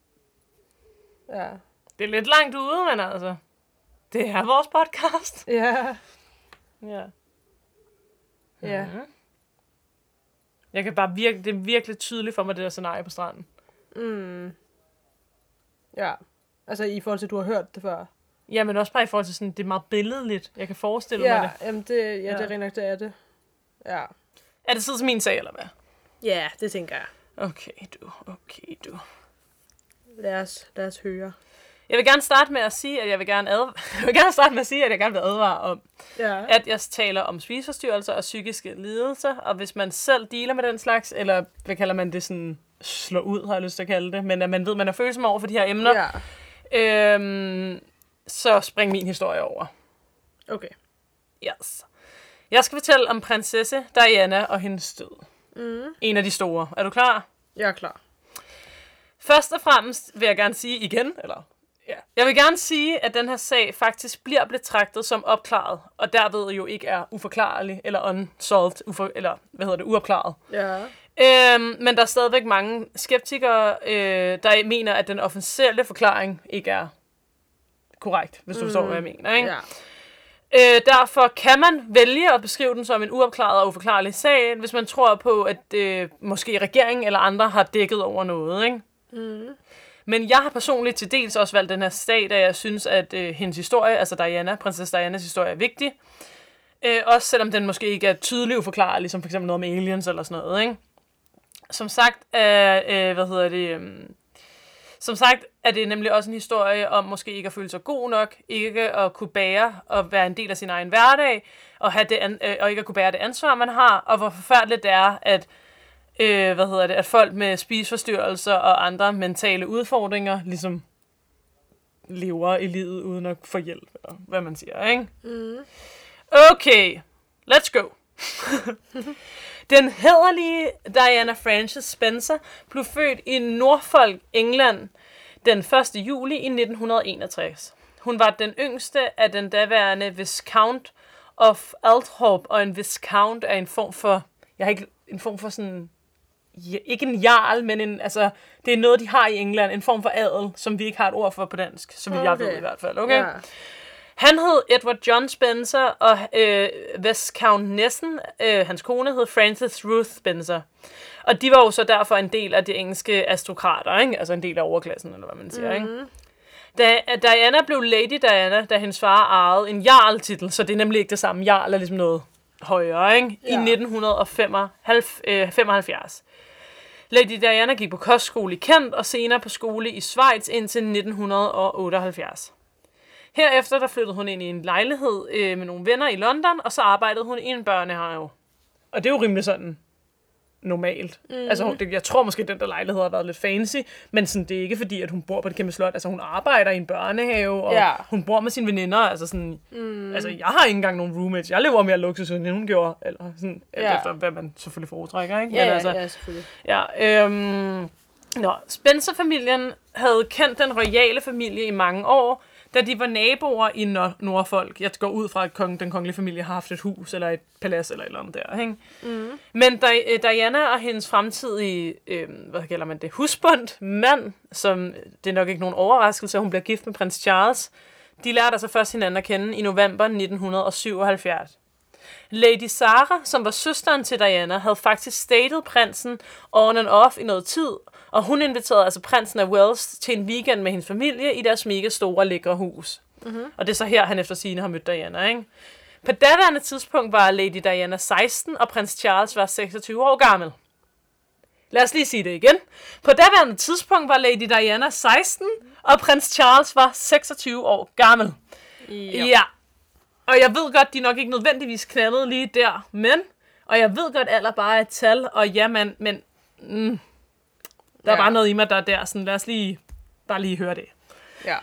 Ja. Det er lidt langt ude, men altså... Det er vores podcast. Ja. Ja. Ja. Mm-hmm. Jeg kan bare virke... Det er virkelig tydeligt for mig, det der scenarie på stranden. Mm. Ja. Altså i forhold til, at du har hørt det før. Ja, men også bare i forhold til sådan, det er meget billedligt. Jeg kan forestille ja, mig det. Jamen det. Ja, ja. det er rent nok, det er det. Ja. Er det så min sag, eller hvad? Ja, det tænker jeg. Okay, du. Okay, du. Lad os, lad os høre. Jeg vil gerne starte med at sige, at jeg vil gerne, adv- jeg vil gerne starte med at sige, at jeg gerne vil advare om, ja. at jeg taler om spiseforstyrrelser og psykiske lidelser, og hvis man selv dealer med den slags, eller hvad kalder man det, sådan slå ud, har jeg lyst til at kalde det, men at man ved, at man er følsom over for de her emner, ja. øhm, så spring min historie over. Okay. Yes. Jeg skal fortælle om prinsesse Diana og hendes død. Mm. En af de store. Er du klar? Jeg er klar. Først og fremmest vil jeg gerne sige igen, eller ja. Jeg vil gerne sige, at den her sag faktisk bliver betragtet som opklaret, og derved jo ikke er uforklarlig, eller unsolved, ufor, eller hvad hedder det, uopklaret. Ja. Øhm, men der er stadigvæk mange skeptikere, øh, der mener, at den officielle forklaring ikke er korrekt, hvis du mm. forstår, hvad jeg mener, ikke? Ja. Øh, derfor kan man vælge at beskrive den som en uopklaret og uforklarlig sag, hvis man tror på, at øh, måske regeringen eller andre har dækket over noget, ikke? Mm. Men jeg har personligt til dels også valgt den her sag, da jeg synes, at øh, hendes historie, altså Diana, prinsesse Dianas historie, er vigtig. Øh, også selvom den måske ikke er tydelig uforklarlig, som for eksempel noget med aliens eller sådan noget, ikke? Som sagt er, øh, hvad hedder det... Øh, Som sagt er det nemlig også en historie om måske ikke at føle sig god nok, ikke at kunne bære og være en del af sin egen hverdag, og, have det an- øh, og ikke at kunne bære det ansvar, man har, og hvor forfærdeligt det er, at, øh, hvad hedder det, at folk med spiseforstyrrelser og andre mentale udfordringer ligesom lever i livet uden at få hjælp, eller hvad man siger, ikke? Mm. Okay, let's go. Den hæderlige Diana Frances Spencer blev født i Norfolk, England, den første juli i nitten enogtres. Hun var den yngste af den daværende Viscount of Althorp, og en Viscount er en form for, jeg har ikke, en form for sådan, ikke en jarl, men en, altså, det er noget, de har i England, en form for adel, som vi ikke har et ord for på dansk, som okay. jeg ved i hvert fald, okay? Yeah. Han hed Edward John Spencer, og øh, Viscountessen, øh, hans kone, hed Frances Ruth Spencer. Og de var jo så derfor en del af de engelske aristokrater, ikke? Altså en del af overklassen, eller hvad man siger, mm. ikke? Da Diana blev Lady Diana, da hendes far ejede en jarl-titel, så det er nemlig ikke det samme. Jarl er ligesom noget højere, ikke? I ja. nitten femoghalvfjerds. Lady Diana gik på kostskole i Kent, og senere på skole i Schweiz indtil nitten otteoghalvfjerds. Herefter der flyttede hun ind i en lejlighed øh, med nogle venner i London, og så arbejdede hun i en børnehave. Og det er jo rimelig sådan normalt. Mm. Altså, det, jeg tror måske, at den der lejlighed har været lidt fancy, men sådan, det er ikke fordi, at hun bor på et kæmpe slot. Altså, hun arbejder i en børnehave, og ja. hun bor med sine veninder. Altså, sådan, mm. altså, jeg har ikke engang nogen roommates. Jeg lever mere luksus, end hun gjorde. Eller sådan, ja. efter hvad man selvfølgelig foretrækker, ikke? Ja, men, altså, ja, selvfølgelig. Ja, øhm, nå, Spencer-familien havde kendt den royale familie i mange år, da de var naboer i Nord- Nordfolk. Jeg går ud fra, at kong, den kongelige familie har haft et hus, eller et palads, eller et eller andet der. Ikke? Mm. Men Di- Diana og hendes fremtidige, øh, hvad kalder man det, husbund, mand, som det er nok ikke nogen overraskelse, at hun bliver gift med prins Charles, de lærte altså først hinanden at kende i november nitten syvoghalvfjerds. Lady Sarah, som var søsteren til Diana, havde faktisk statet prinsen on and off i noget tid, og hun inviterede altså prinsen af Wales til en weekend med hendes familie i deres mega store, lækre hus. Mm-hmm. Og det er så her, han efter sigende har mødt Diana, ikke? På daværende tidspunkt var Lady Diana seksten, og prins Charles var seksogtyve år gammel. Lad os lige sige det igen. På daværende tidspunkt var Lady Diana seksten, og prins Charles var seksogtyve år gammel. Jo. Ja. Og jeg ved godt, de nok ikke nødvendigvis knaldede lige der, men, og jeg ved godt, alder bare er et tal, og ja, man, men mm, der ja. er bare noget i mig, der er der, sådan lad os lige, bare lige høre det. Ja.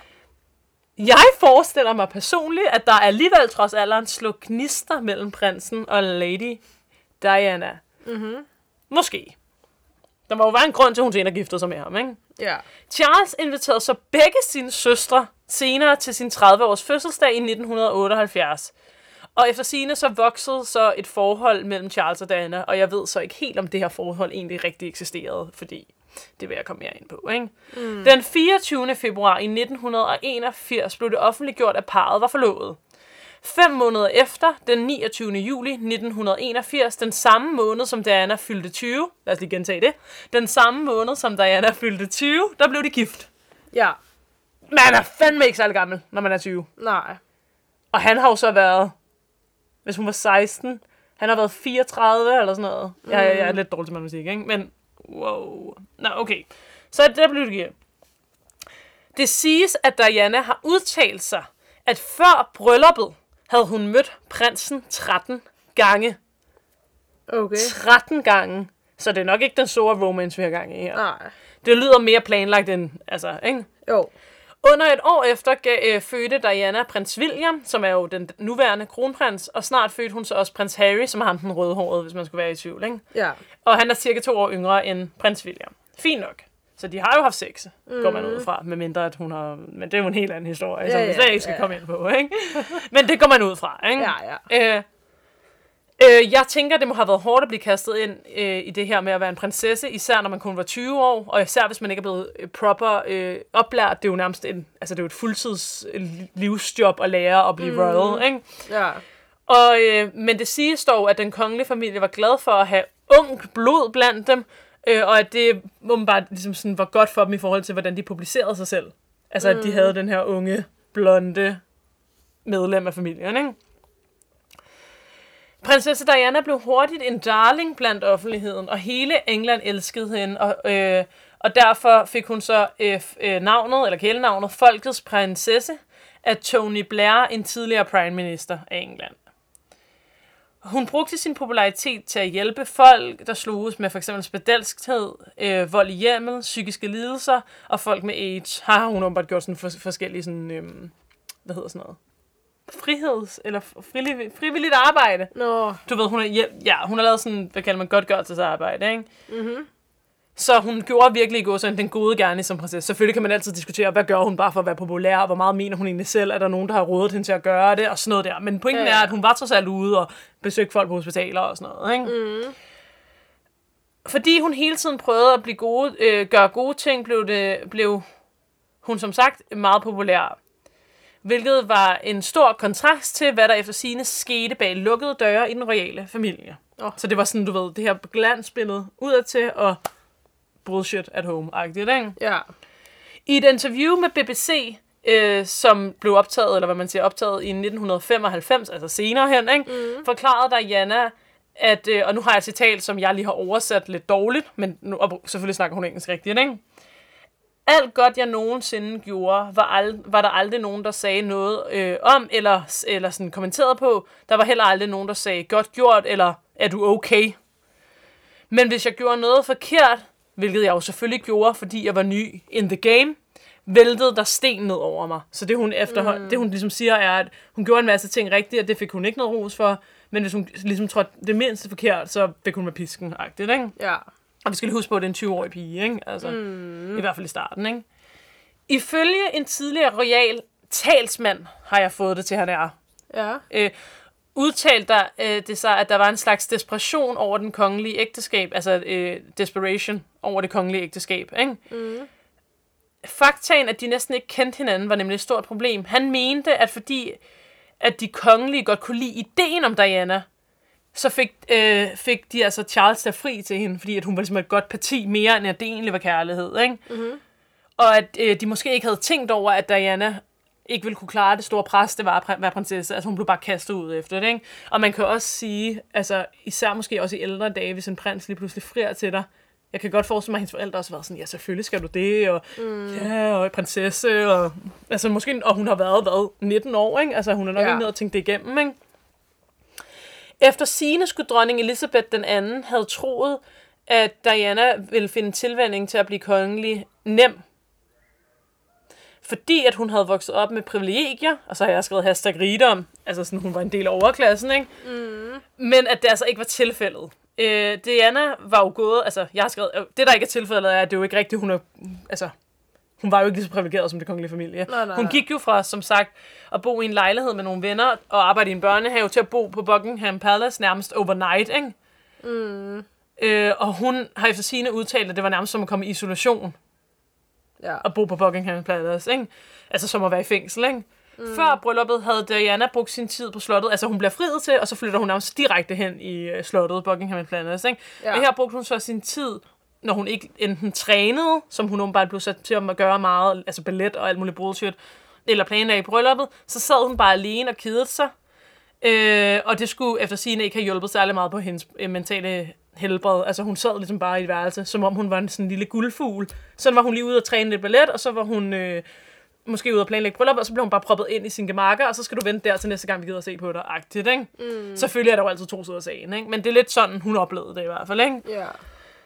Jeg forestiller mig personligt, at der alligevel trods alderen slog gnister mellem prinsen og Lady Diana. Mhm. Måske. Der må jo være en grund til, at hun senere giftede sig med ham, ikke? Ja. Charles inviterede så begge sine søstre senere til sin tredive-års fødselsdag i nitten otteoghalvfjerds. Og efter sigende så voksede så et forhold mellem Charles og Diana, og jeg ved så ikke helt, om det her forhold egentlig rigtig eksisterede, fordi det vil jeg komme mere ind på, ikke? Mm. Den fireogtyvende februar i nitten enogfirs blev det offentliggjort, at parret var forlovet. Fem måneder efter, den niogtyvende juli nitten enogfirs, den samme måned som Diana fyldte tyve, lad os lige gentage det, den samme måned som Diana fyldte tyve, der blev de gift. Ja. Man er fandme ikke særlig gammel, når man er tyve. Nej. Og han har jo så været, hvis hun var seksten, han har været fireogtredive eller sådan noget. Mm. Jeg, jeg er lidt dårlig til matematik, ikke? Men, wow. Nå, okay. Så der blev det givet. Det siges, at Diana har udtalt sig, at før brylluppet havde hun mødt prinsen tretten gange. Okay. tretten gange. Så det er nok ikke den store romance, vi har gang i her. Nej. Det lyder mere planlagt end, altså, ikke? Jo. Under et år efter gav, øh, fødte Diana prins William, som er jo den nuværende kronprins, og snart fødte hun så også prins Harry, som har ham den rødhårede, hvis man skulle være i tvivl, ikke? Ja. Og han er cirka to år yngre end prins William. Fint nok. Så de har jo haft sex, mm. går man ud fra, med mindre at hun har... Men det er jo en helt anden historie, ja, som vi slet ikke skal ja. komme ind på, ikke? Men det går man ud fra, ikke? Ja, ja. Øh, øh, jeg tænker, det må have været hårdt at blive kastet ind øh, i det her med at være en prinsesse, især når man kun var tyve år, og især hvis man ikke er blevet øh, proper øh, oplært. Det er jo nærmest en, altså det er jo et fuldtids livsjob at lære at blive mm. royal, ikke? Ja. Og, øh, men det siges dog, at den kongelige familie var glad for at have ung blod blandt dem, Øh, og at det åbenbart ligesom sådan var godt for dem i forhold til, hvordan de publicerede sig selv. Altså, mm. at de havde den her unge, blonde medlem af familien, ikke? Prinsesse Diana blev hurtigt en darling blandt offentligheden, og hele England elskede hende, og, øh, og derfor fik hun så øh, øh, navnet, eller kælenavnet, Folkets prinsesse, af Tony Blair, en tidligere prime minister af England. Hun brugte sin popularitet til at hjælpe folk, der sloges med for eksempel spedalskhed, øh, vold i hjemmet, psykiske lidelser og folk med AIDS. Har hun åbenbart gjort sådan for, forskellige sådan, øh, hvad hedder sådan noget? Friheds- eller frivilligt, frivilligt arbejde. Nå. Du ved, hun har, ja, hun har lavet sådan, hvad kalder man, godtgørelsesarbejde, ikke? Mhm. Så hun gjorde virkelig ikke sådan den gode gerning som prinsesse. Selvfølgelig kan man altid diskutere, hvad gør hun bare for at være populær, og hvor meget mener hun egentlig selv, er der nogen, der har rådet hende til at gøre det, og sådan noget der. Men pointen ja, ja. er, at hun var trods alt ude og besøgte folk på hospitaler og sådan noget, ikke? Mm. Fordi hun hele tiden prøvede at blive gode, øh, gøre gode ting, blev, det, blev hun som sagt meget populær. hvilket var en stor kontrast til, hvad der efter sigende skete bag lukkede døre i den royale familie. Oh. Så det var sådan, du ved, det her glansbillede udadtil og bullshit at home-agtigt, ikke? Ja. I et interview med B B C, øh, som blev optaget, eller hvad man siger, optaget i nitten femoghalvfems, altså senere hen, ikke? Mm. Forklarede Diana, at, øh, og nu har jeg et citat, som jeg lige har oversat lidt dårligt, men nu, og selvfølgelig snakker hun engelsk rigtigt, ikke? Alt godt, jeg nogensinde gjorde, var, ald- var der aldrig nogen, der sagde noget øh, om, eller, eller sådan kommenterede på. Der var heller aldrig nogen, der sagde, godt gjort, eller er du okay? Men hvis jeg gjorde noget forkert, hvilket jeg jo selvfølgelig gjorde, fordi jeg var ny in the game, væltede der sten ned over mig. Så det hun, efterhånd, mm. det, hun ligesom siger, er, at hun gjorde en masse ting rigtigt, og det fik hun ikke noget ros for. Men hvis hun ligesom trådte det mindste forkert, så fik hun med pisken-agtigt, ikke? Ja. Og vi skal lige huske på, at det er en tyve-årig pige, ikke? Altså, mm. i hvert fald i starten, ikke? Ifølge en tidligere royal talsmand, har jeg fået det til, han er. Ja. Øh, udtalte der, øh, det så, at der var en slags desperation over den kongelige ægteskab, altså øh, desperation over det kongelige ægteskab, ikke? Mm. Faktaen, at de næsten ikke kendte hinanden, var nemlig et stort problem. Han mente, at fordi at de kongelige godt kunne lide ideen om Diana, så fik, øh, fik de altså Charles der fri til hende, fordi at hun var ligesom et godt parti mere, end at det egentlig var kærlighed, ikke? Mm-hmm. Og at øh, de måske ikke havde tænkt over, at Diana ikke ville kunne klare det store pres, det var at være prinsesse. Altså hun blev bare kastet ud efter det, ikke? Og man kan også sige, altså især måske også i ældre dage, hvis en prins lige pludselig frier til dig. Jeg kan godt forestille mig, at hendes forældre også har været sådan, ja, selvfølgelig skal du det, og mm. ja, og prinsesse, og altså måske, og hun har været, hvad, nitten år, ikke? Altså hun har nok ja. ikke nået at tænke det igennem, ikke? Efter sigende skulle dronning Elizabeth den anden havde troet, at Diana ville finde tilvænning til at blive kongelig nem. Fordi at hun havde vokset op med privilegier, og så har jeg skrevet hashtag rigdom, altså sådan, hun var en del af overklassen, ikke? Mm. Men at det altså ikke var tilfældet. Øh, Diana var jo gået, altså jeg har skrevet, det der ikke er tilfældet er, at det er jo ikke rigtigt, hun er, altså hun var jo ikke lige så privilegeret som det kongelige familie. Nej, nej, hun gik jo fra, som sagt, at bo i en lejlighed med nogle venner og arbejde i en børnehave til at bo på Buckingham Palace nærmest overnight, ikke? Mm. Øh, og hun har efter sigende udtalt, at det var nærmest som at komme i isolation. Ja. Og bo på Buckingham Palace, ikke? Altså som at være i fængsel, ikke? Mm. Før brylluppet havde Diana brugt sin tid på slottet, altså hun bliver friet til, og så flytter hun nærmest direkte hen i uh, slottet, Buckingham Palace, ikke? Ja. Og her brugte hun så sin tid, når hun ikke enten trænede, som hun åbenbart blev sat til at gøre meget, altså ballet og alt muligt bullshit, eller planlagde i brylluppet, så sad hun bare alene og kedede sig. Øh, og det skulle efter sigende ikke have hjulpet særlig meget på hendes øh, mentale helbred. Altså hun sad ligesom bare i et værelse, som om hun var en sådan en lille guldfugl. Så var hun lige ude og træne lidt ballet, og så var hun øh, måske ude og planlægge bryllup, og så blev hun bare proppet ind i sin gemakker, og så skal du vente der til næste gang, vi gider at se på dig, agtigt, ikke? Mm. Selvfølgelig er der jo altid to sider af sagen, ikke? Men det er lidt sådan, hun oplevede det i hvert fald, ikke? Ja. Yeah.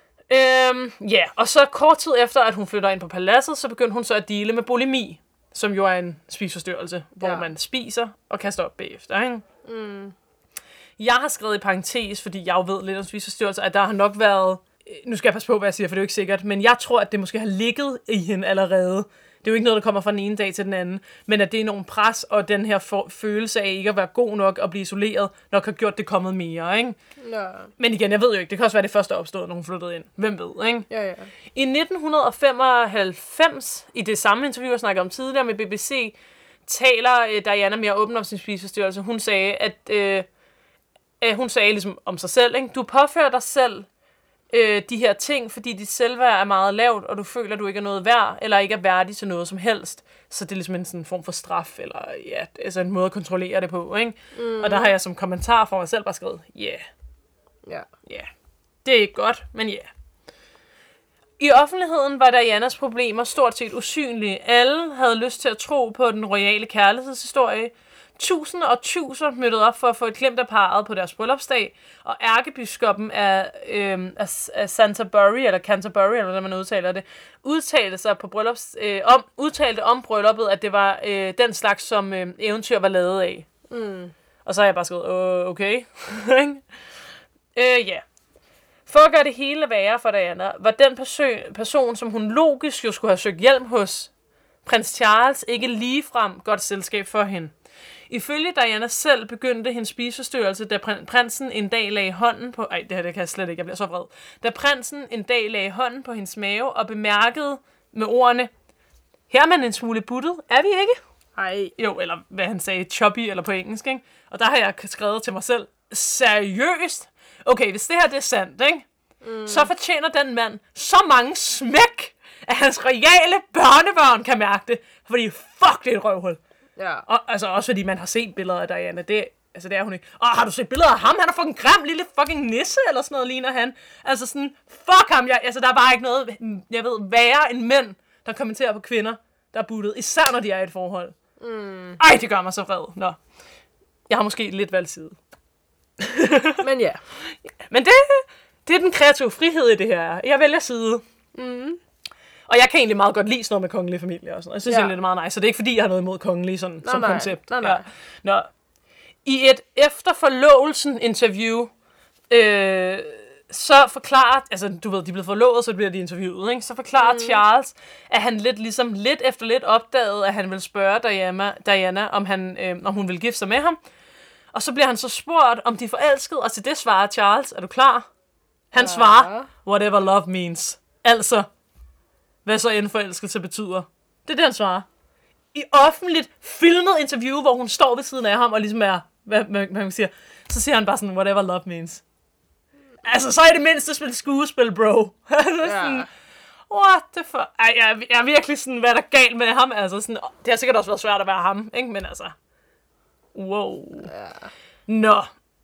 Øhm, ja, og så kort tid efter, at hun flytter ind på paladset, så begyndte hun så at deale med bulimi, som jo er en spiseforstyrrelse, hvor ja. man spiser og kaster op bagefter, ikke? Mm. Jeg har skrevet i parentes, fordi jeg jo ved lidt om spiseforstyrrelser, at der har nok været, nu skal jeg passe på, hvad jeg siger, for det er jo ikke sikkert, men jeg tror, at det måske har ligget i hende allerede. Det er jo ikke noget, der kommer fra den ene dag til den anden, men at det er nogle pres, og den her for- følelse af ikke at være god nok og blive isoleret, nok har gjort det kommet mere, ikke? Ja. Men igen, jeg ved jo ikke, det kan også være det første opstået, når hun flyttede ind. Hvem ved, ikke? Ja, ja. I nitten femoghalvfems, i det samme interview, jeg snakkede om tidligere med B B C, taler øh, Diana mere åben om sin spiseforstyrrelse. Hun sagde, at øh, øh, hun sagde ligesom om sig selv, ikke? Du påfører dig selv øh, de her ting, fordi dit selvværd er meget lavt, og du føler, at du ikke er noget værd, eller ikke er værdig til noget som helst. Så det er ligesom en sådan form for straf, eller ja, altså en måde at kontrollere det på, ikke? Mm. Og der har jeg som kommentar for mig selv bare skrevet, ja, yeah. ja, yeah. ja, yeah. det er ikke godt, men ja. Yeah. I offentligheden var Dianas problemer stort set usynlige. Alle havde lyst til at tro på den royale kærlighedshistorie. Tusinder og tusinder mødte op for at få et glimt af parret på deres bryllupsdag, og ærkebiskoppen af, øh, af, af Canterbury, eller Canterbury, eller hvordan man udtaler det, udtalte sig på bryllups, øh, om, udtalte om brylluppet, at det var øh, den slags, som øh, eventyr var lavet af. Mm. Og så har jeg bare skrevet, øh, okay. øh, ja. For at gøre det hele værre for Diana, var den perso- person, som hun logisk jo skulle have søgt hjælp hos, prins Charles, ikke ligefrem godt selskab for hende. Ifølge Diana selv begyndte hendes spiseforstyrrelse, da prinsen en dag lagde hånden på... Ej, det her det kan jeg slet ikke, jeg bliver så vred. Da prinsen en dag lagde hånden på hendes mave og bemærkede med ordene, her er man en smule buttet, er vi ikke? Ej. Jo, eller hvad han sagde, choppy, eller på engelsk, ikke? Og der har jeg skrevet til mig selv, seriøst? Okay, hvis det her det er sandt, ikke? Mm. Så fortjener den mand så mange smæk, at hans reale børnebørn kan mærke det. Fordi fuck, det er et røvhul. Ja. Og altså også fordi man har set billeder af Diana. Det, altså det er hun ikke. Og har du set billeder af ham? Han er fucking grim, lille fucking nisse, eller sådan noget ligner han. Altså sådan, fuck ham. Jeg, altså der er bare ikke noget, jeg ved, værre end mænd, der kommenterer på kvinder, der er buttet. Især når de er i et forhold. Mm. Ej, det gør mig så vred. Nå. Jeg har måske lidt valgt side. Men ja. Men det, det er den kreative frihed i det her. Jeg vælger side. Mm. Og jeg kan egentlig meget godt lide sådan noget med kongelig familie og sådan noget. Jeg synes ja. egentlig, det er meget nice. Så det er ikke fordi, jeg har noget imod kongelige sådan, nej, som nej. koncept. Nej, nej. Ja. Nå. I et efter forlovelsen interview, øh, så forklarer, altså du ved, de er blevet forlovet, så bliver de interviewet, ikke? Så forklarer mm. Charles, at han lidt ligesom lidt efter lidt opdagede, at han ville spørge Diana, Diana om, han, øh, om hun ville gifte sig med ham. Og så bliver han så spurgt, om de er forelskede, og til det svarer Charles, er du klar? Han ja. svarer, whatever love means. Altså, hvad så end forelskelse betyder. Det er det, han svarer. I offentligt filmet interview, hvor hun står ved siden af ham, og ligesom er, hvad, hvad, hvad man siger, så siger han bare sådan, whatever love means. Altså, så er det mindste spil skuespil, bro. sådan, what the fuck? Ej, jeg, jeg er virkelig sådan, hvad er der galt med ham? Altså, sådan, det har sikkert også været svært at være ham, ikke? Men altså, wow. Ja. Nå,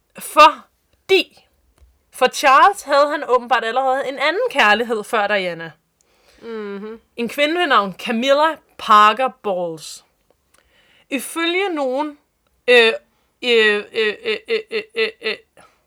fordi for Charles havde han åbenbart allerede en anden kærlighed før Diana. Mm-hmm. En kvinde ved navn Camilla Parker Bowles. Ifølge nogen øh, øh, øh, øh, øh, øh, øh,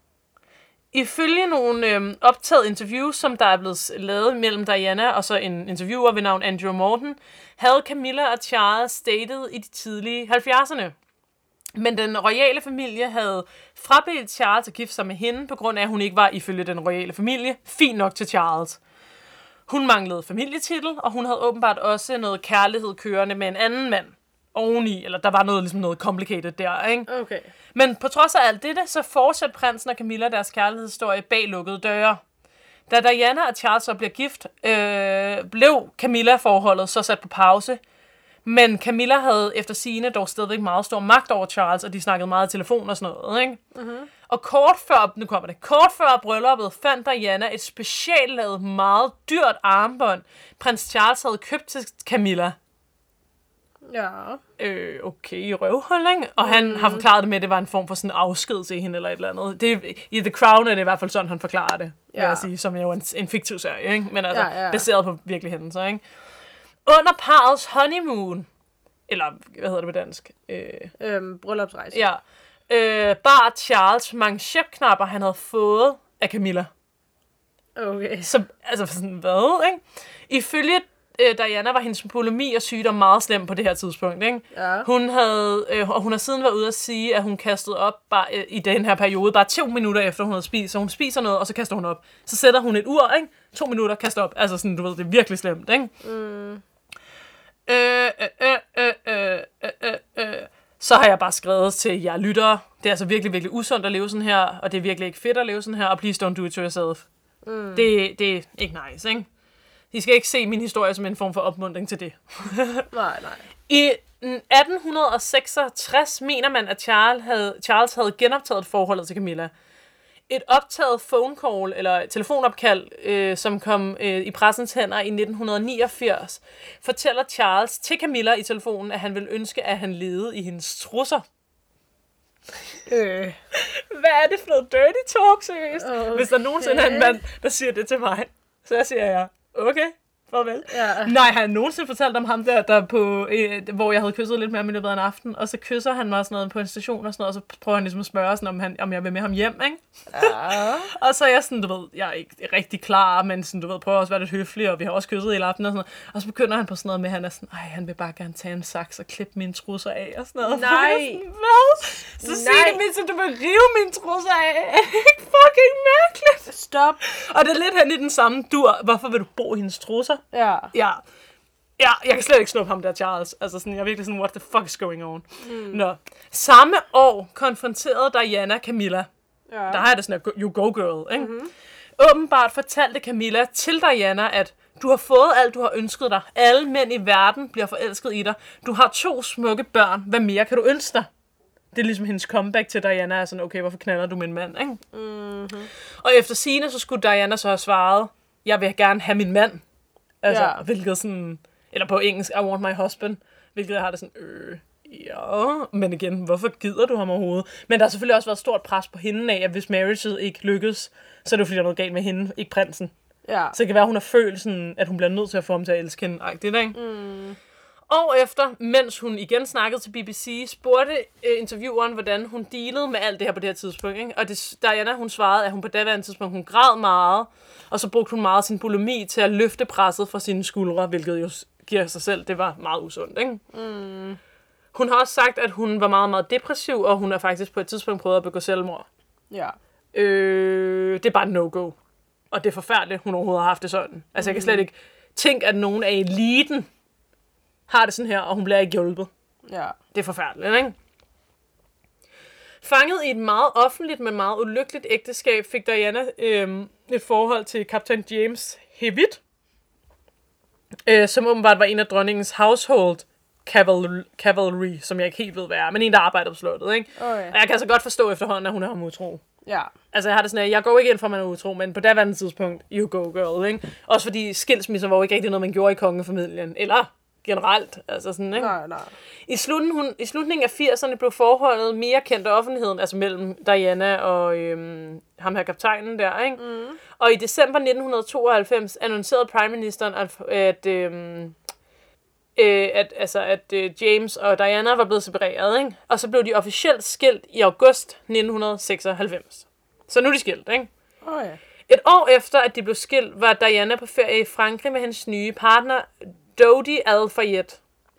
ifølge nogle øh, optaget interviews, som der er blevet lavet mellem Diana og så en interviewer ved navn Andrew Morton, havde Camilla og Charles datet i de tidlige halvfjerdserne. Men den royale familie havde frabedt Charles at gifte sig med hende, på grund af, at hun ikke var ifølge den royale familie fint nok til Charles. Hun manglede familietitel, og hun havde åbenbart også noget kærlighed kørende med en anden mand oveni, eller der var noget, ligesom noget complicated der, ikke? Okay. Men på trods af alt dette, så fortsatte prinsen og Camilla deres kærlighedshistorie bag lukkede døre. Da Diana og Charles så bliver gift, øh, blev Camilla-forholdet så sat på pause. Men Camilla havde efter sigende dog stadigvæk meget stor magt over Charles, og de snakkede meget i telefon og sådan noget, ikke? Uh-huh. Og kort før, nu kommer det, kort før brylluppet fandt Diana et specielt lavet, meget dyrt armbånd, prins Charles havde købt til Camilla. Ja. Øh, okay, røvhul, ikke? Og han mm. har forklaret det med, at det var en form for sådan afsked til hende eller et eller andet. Det, i The Crown er det i hvert fald sådan, han forklarer det, ja. vil jeg sige, som er jo en, en fiktiv serie, ikke? Men altså, ja, ja. baseret på virkelige hændelser, ikke? Under parrets honeymoon, eller hvad hedder det på dansk? Øh, øhm, bryllupsrejse. Ja. Øh, bar Charles mange chefknapper, han havde fået af Camilla. Okay. Så, altså sådan, hvad, ikke? Ifølge øh, Diana var hendes bulimi og sygdom meget slem på det her tidspunkt, ikke? Ja. Hun havde, øh, og hun har siden været ude at sige, at hun kastede op bare, øh, i den her periode, bare to minutter efter hun havde spist. Så hun spiser noget, og så kaster hun op. Så sætter hun et ur, ikke? To minutter, kaster op. Altså sådan, du ved, det er virkelig slemt, ikke? Mm. Øh, øh, øh, øh, øh, øh, øh. Så har jeg bare skrevet til jer lyttere. Det er altså virkelig, virkelig usundt at leve sådan her, og det er virkelig ikke fedt at leve sådan her, og please don't do it to yourself. Mm. Det, det er ikke nice, ikke? I skal ikke se min historie som en form for opmuntring til det. nej, nej. I atten seksogtres mener man, at Charles havde, Charles havde genoptaget forholdet til Camilla. Et optaget phone call, eller telefonopkald, øh, som kom øh, i pressens hænder i nitten niogfirs, fortæller Charles til Camilla i telefonen, at han ville ønske, at han levede i hendes trusser. Øh. Hvad er det for noget dirty talk, seriøst? Okay. Hvis der nogensinde er en mand, der siger det til mig, så siger jeg, okay, farvel. Ja. Nej, har jeg nogensinde fortalt om ham der, der på, øh, hvor jeg havde kysset lidt med ham i løbet af en aften, og så kysser han mig sådan noget på en station og sådan noget, og så prøver han ligesom at spørge, sådan, om, han, om jeg vil med ham hjem, ikke? Ja. Og så er jeg sådan, du ved, jeg er ikke rigtig klar, men sådan, du ved, prøver også at være lidt høflig, og vi har også kysset hele aftenen og sådan noget. Og så begynder han på sådan noget med, at han er sådan, ej, han vil bare gerne tage en saks og klippe mine trusser af og sådan noget. Nej. Sådan, hvad? Så sig det mindst, at du vil rive mine trusser af. Er det ikke fucking mærkeligt? Stop. Og det er lidt hen i den samme dur. Hvorfor vil du bo i hendes trusser? Ja. Ja. Ja, jeg kan slet ikke snuppe ham der, Charles. Altså sådan, jeg er virkelig sådan, what the fuck is going on? Mm. Nå. Samme år konfronterede Diana Camilla. Ja. Der har jeg det sådan, you go girl, ikke? Mm-hmm. Åbenbart fortalte Camilla til Diana, at Du har fået alt, du har ønsket dig. Alle mænd i verden bliver forelsket i dig. Du har to smukke børn. Hvad mere kan du ønske dig? Det er ligesom hendes comeback til Diana. Er sådan, okay, hvorfor knaller du med en mand, ikke? Mm-hmm. Og efter sigende, så skulle Diana så have svaret, jeg vil gerne have min mand. Altså, ja. Hvilket sådan... Eller på engelsk, I want my husband. Hvilket jeg har det sådan, øh... Ja, men igen, hvorfor gider du ham overhovedet? Men der har selvfølgelig også været stort pres på hende af, at hvis marriaget ikke lykkes, så er det jo fordi, der er noget galt med hende, ikke prinsen. Ja. Så det kan være, at hun har følt sådan, at hun bliver nødt til at få ham til at elske hende. Ej, det er ikke? Mm. Og efter, mens hun igen snakkede til B B C, spurgte øh, intervieweren, hvordan hun dealede med alt det her på det her tidspunkt. Ikke? Og det, Diana, hun svarede, at hun på daværende tidspunkt, hun græd meget, og så brugte hun meget sin bulimi til at løfte presset fra sine skuldre, hvilket jo giver sig selv, det var meget usundt. Ikke? Mm. Hun har også sagt, at hun var meget, meget depressiv, og hun har faktisk på et tidspunkt prøvet at begå selvmord. Ja. Øh, det er bare no-go. Og det er forfærdeligt, hun overhovedet har haft det sådan. Altså, jeg kan slet ikke tænke, at nogen af eliten har det sådan her, og hun bliver ikke hjulpet. Ja. Det er forfærdeligt, ikke? Fanget i et meget offentligt, men meget ulykkeligt ægteskab, fik Diana øh, et forhold til kaptajn James Hewitt, øh, som åbenbart var en af dronningens household Cavalry, cavalry, som jeg ikke helt ved, hvad er, men en, der arbejder på slottet, ikke? Okay. Og jeg kan altså godt forstå efterhånden, at hun er ham utro. Ja. Altså, jeg har det sådan, at jeg går ikke ind for, at man er utro, men på daværende tidspunkt, you go girl, ikke? Også fordi skilsmisser var jo ikke rigtig noget, man gjorde i kongefamilien, eller generelt, altså sådan, ikke? Nej, nej. I slutningen, hun, i slutningen af firserne blev forholdet mere kendt af offentligheden, altså mellem Diana og øhm, ham her kaptajnen der, ikke? Mm. Og i december nitten tooghalvfems annoncerede prime ministeren, at, at øhm, Øh, at, altså, at øh, James og Diana var blevet separeret, ikke? Og så blev de officielt skilt i august nitten seksoghalvfems. Så nu er de skilt, ikke? Oh, ja. Et år efter, at de blev skilt, var Diana på ferie i Frankrig med hendes nye partner, Dodi Al-Fayed,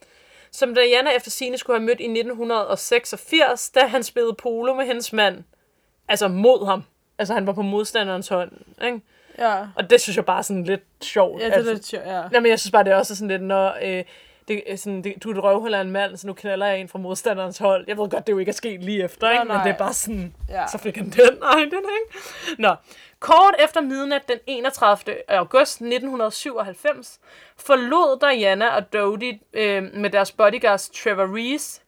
som Diana efter sigende skulle have mødt i nitten seksogfirs, da han spillede polo med hendes mand. Altså mod ham. Altså han var på modstanderens hånd, ikke? Ja. Og det synes jeg bare er sådan lidt sjovt. Ja, det er altså, lidt sjovt, ja. Jamen, jeg synes bare, det er også sådan lidt, når øh, det, sådan, det, du er et røvhul af en mand, så nu knaller jeg en fra modstanderens hold. Jeg ved godt, det jo ikke er sket lige efter, ikke? Nå, men det er bare sådan, ja. Så fik han den. Nej, den ikke. Nå. Kort efter midnat den enogtredivte august nitten syvoghalvfems forlod Diana og Dodi øh, med deres bodyguards Trevor Rees,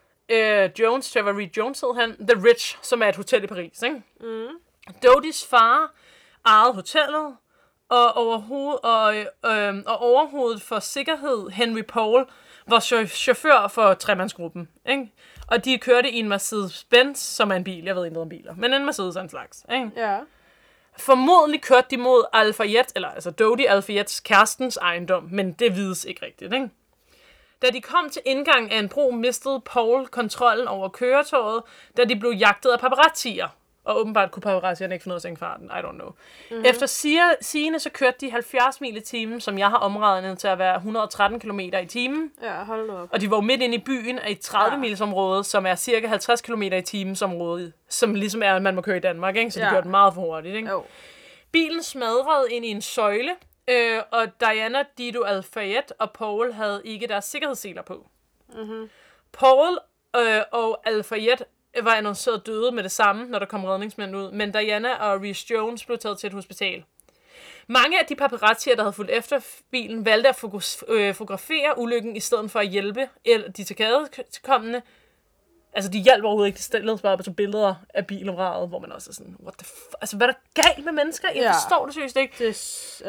øh, Jones, Trevor Rees Jones hed han, The Ritz, som er et hotel i Paris, ikke? Mm. Dodis far ejede hotellet, og, overhoved, og, øh, og overhovedet for sikkerhed, Henry Paul, var chauffør for tremandsgruppen, ikke? Og de kørte i en Mercedes-Benz, som er en bil, jeg ved ikke noget om biler, men en Mercedes er en slags, ikke? Ja. Formodentlig kørte de mod Al-Fayed, eller altså Dodi Al-Fayeds kærestens ejendom, men det vides ikke rigtigt, ikke? Da de kom til indgang af en bro, mistede Paul kontrollen over køretøjet, da de blev jagtet af paparazzier. Og åbenbart kunne paparazzierne ikke finde ud af at sænke farten. I don't know. Mm-hmm. Efter sigende, så kørte de halvfjerds mil i timen, som jeg har omregnet til at være et hundrede og tretten kilometer i timen. Ja, hold nu op. Og de var midt inde i byen af et tredive mils område, som er cirka halvtreds kilometer i timen område, som ligesom er, at man må køre i Danmark, ikke? Så de ja. kørte meget for hurtigt, ikke? Jo. Bilen smadrede ind i en søjle, øh, og Diana, Dido Al-Fayed og Paul havde ikke deres sikkerhedsseler på. Mm-hmm. Paul øh, og Al-Fayed var annonceret døde med det samme, når der kom redningsmænd ud, men Diana og Rees Jones blev taget til et hospital. Mange af de paparazzier, der havde fulgt efter bilen, valgte at fotografere ulykken i stedet for at hjælpe de tilskadekommende. Altså, de hjalp overhovedet ikke. De stillede bare på billeder af bilomradet, hvor man også er sådan, what the f***? Altså, hvad er der galt med mennesker? Jeg ja. forstår det seriøst ikke. Det er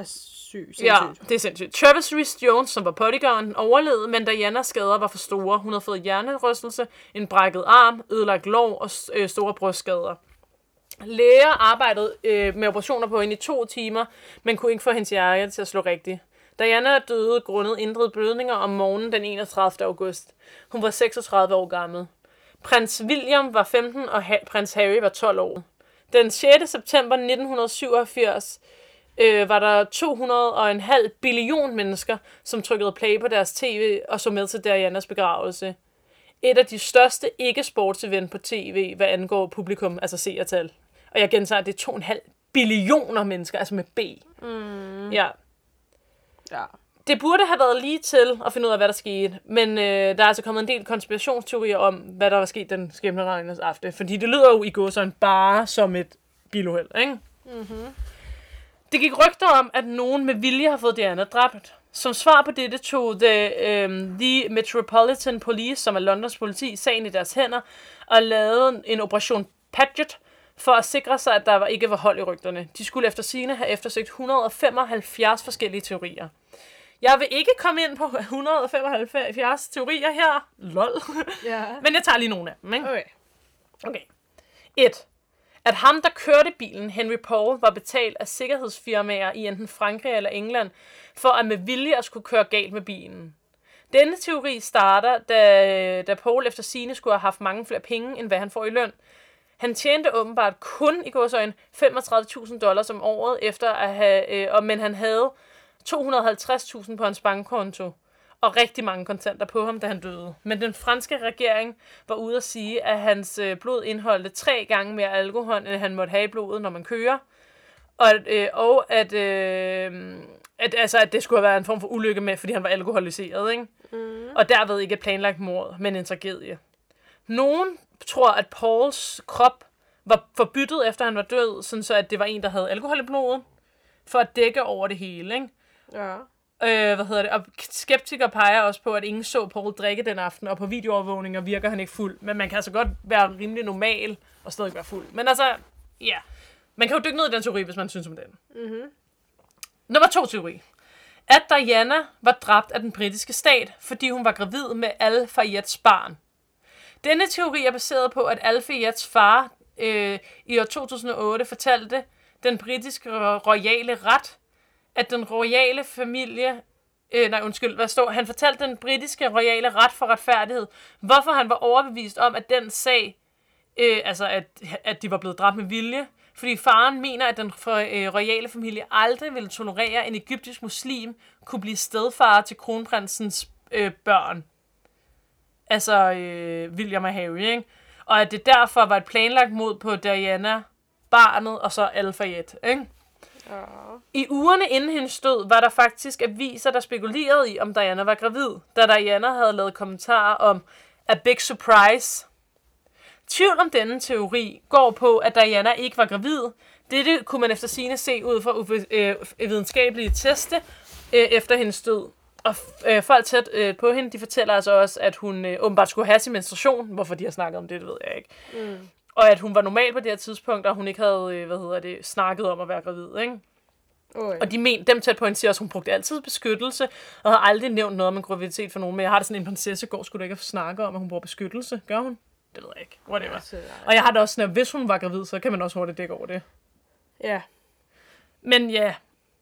sygt. Ja, det er sindssygt. Travis Rees Jones, som var bodyguarden, overlevede, men Dianas skader var for store. Hun havde fået hjernerystelse, en brækket arm, ødelagt lår og øh, store brystskader. Læger arbejdede øh, med operationer på hende i to timer, men kunne ikke få hendes hjerte til at slå rigtigt. Diana døde grundet indre blødninger om morgenen den enogtredivte august. Hun var seksogtredive år gammel. Prins William var femten, og ha- prins Harry var tolv år. Den sjette september nitten syvogfirs øh, var der to hundrede og en halv billion mennesker, som trykkede play på deres tv og så med til Dianas begravelse. Et af de største ikke-sportsevent på tv, hvad angår publikum, altså seertal. Og jeg gentager, det er to og en halv billioner mennesker, altså med B. Mm. Ja. Ja. Det burde have været lige til at finde ud af, hvad der skete. Men øh, der er altså kommet en del konspirationsteorier om, hvad der var sket den skæbneregnes aften. Fordi det lyder jo i gåsøjne bare som et biluheld, ikke? Mm-hmm. Det gik rygter om, at nogen med vilje har fået Diana dræbt. Som svar på dette tog The, um, The Metropolitan Police, som er Londons politi, sagen i deres hænder og lavede en operation Paget for at sikre sig, at der ikke var hold i rygterne. De skulle efter sigende have eftersøgt et hundrede og femoghalvfjerds forskellige teorier. Jeg vil ikke komme ind på et hundrede og femoghalvfjerds teorier her. Lol. Ja. Men jeg tager lige nogle af dem, ikke? Okay. Okay. et. At ham, der kørte bilen, Henry Paul, var betalt af sikkerhedsfirmaer i enten Frankrig eller England, for at med vilje at skulle køre galt med bilen. Denne teori starter, da, da Paul efter sigende skulle have haft mange flere penge, end hvad han får i løn. Han tjente åbenbart kun i gåseøjne femogtredive tusind dollars om året, efter at have, øh, men han havde to hundrede og halvtreds tusind på hans bankkonto, og rigtig mange kontanter på ham, da han døde. Men den franske regering var ude at sige, at hans øh, blod indeholdte tre gange mere alkohol, end han måtte have i blodet, når man kører. Og, øh, og at, øh, at, altså, at det skulle have været en form for ulykke med, fordi han var alkoholiseret, ikke? Mm. Og derved ikke et planlagt mord, men en tragedie. Nogen tror, at Pauls krop var forbyttet, efter han var død, sådan så at det var en, der havde alkohol i blodet, for at dække over det hele, ikke? Ja. Øh, hvad hedder det? Og skeptikere peger også på, at ingen så Paul drikke den aften, og på videoovervågninger virker han ikke fuld. Men man kan altså godt være rimelig normal og stadig være fuld. Men altså, ja. Man kan jo dykke ned i den teori, hvis man synes om den. Mm-hmm. Nummer to teori. At Diana var dræbt af den britiske stat, fordi hun var gravid med Al-Fayeds barn. Denne teori er baseret på, at Al-Fayeds far øh, i år to tusind og otte fortalte den britiske royale ret, at den royale familie, øh, nej undskyld, hvad står, han fortalte den britiske royale ret for retfærdighed, hvorfor han var overbevist om, at den sag, øh, altså at, at de var blevet dræbt med vilje, fordi faren mener, at den øh, royale familie aldrig ville tolerere en egyptisk muslim kunne blive stedfar til kronprinsens øh, børn. Altså øh, William og Harry, ikke? Og at det derfor var et planlagt mod på Diana, barnet og så Al-Fayed, ikke? Ja. I ugerne inden hendes død var der faktisk aviser, der spekulerede i, om Diana var gravid, da Diana havde lavet kommentarer om a big surprise. Tvivl om denne teori går på, at Diana ikke var gravid. Dette kunne man efter sigende se ud fra uv- øh, videnskabelige teste øh, efter hendes død. Og øh, folk tæt øh, på hende, de fortæller altså også, at hun øh, åbenbart skulle have sin menstruation. Hvorfor de har snakket om det, det ved jeg ikke. Mm. Og at hun var normal på det her tidspunkt, og hun ikke havde, øh, hvad hedder det, snakket om at være gravid, ikke? Oi. Og de men, dem tæt på hende siger også, at hun brugte altid beskyttelse, og har aldrig nævnt noget om en graviditet for nogen. Men jeg har det sådan, en prinsesse går skulle da ikke snakke om, at hun bruger beskyttelse. Gør hun? Det ved jeg ikke. Whatever. Ja, og jeg har det også sådan, at hvis hun var gravid, så kan man også hurtigt dække over det. Ja. Men ja.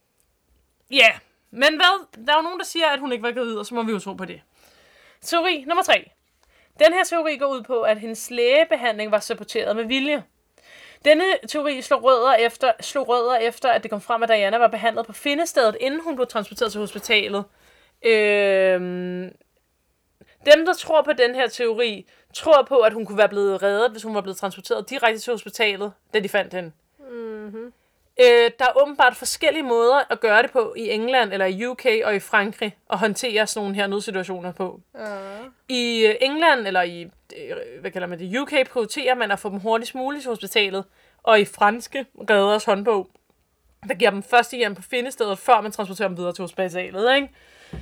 Ja. Men hvad? Der er jo nogen, der siger, at hun ikke var gravid, og så må vi jo tro på det. Teori nummer tre. Den her teori går ud på, at hendes lægebehandling var saboteret med vilje. Denne teori slog rødder efter, slog rødder efter, at det kom frem, at Diana var behandlet på findestedet, inden hun blev transporteret til hospitalet. Øhm, dem, der tror på den her teori, tror på, at hun kunne være blevet reddet, hvis hun var blevet transporteret direkte til hospitalet, da de fandt hende. Mm-hmm. Øh, der er åbenbart forskellige måder at gøre det på i England, eller i U K og i Frankrig, og håndtere sådan nogle her nødsituationer på. Uh. I England, eller i, hvad kalder man det, U K, prioriterer man at få dem hurtigst muligt til hospitalet, og i franske redders håndbog, der giver dem først hjem på findestedet, før man transporterer dem videre til hospitalet, ikke?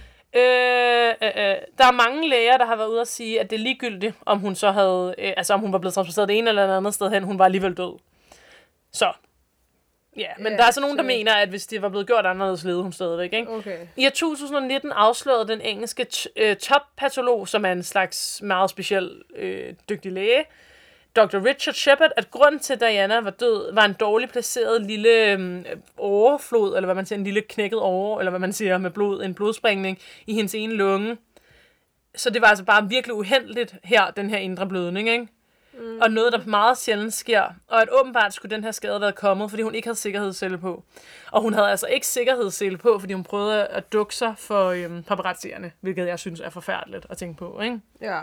Øh, øh, øh, der er mange læger, der har været ude at sige, at det er ligegyldigt, om hun så havde, øh, altså om hun var blevet transporteret det ene eller andet sted hen, hun var alligevel død. Så. Ja, men ja, der er så nogen, der mener, at hvis det var blevet gjort anderledes, levede hun stadigvæk, ikke? Okay. I år to tusind og nitten afslørede den engelske t- øh, toppatolog, som er en slags meget speciel øh, dygtig læge, doktor Richard Shepard, at grunden til, at Diana var død, var en dårligt placeret lille øh, overflod, eller hvad man siger, en lille knækket over, eller hvad man siger med blod, en blodsprængning i hendes ene lunge. Så det var altså bare virkelig uheldigt her, den her indre blødning, ikke? Mm. Og noget, der meget sjældent sker. Og at åbenbart skulle den her skade være kommet, fordi hun ikke havde sikkerhedssele på. Og hun havde altså ikke sikkerhedssele på, fordi hun prøvede at dukke sig for øhm, paparazzierne, hvilket jeg synes er forfærdeligt at tænke på, ikke? Ja.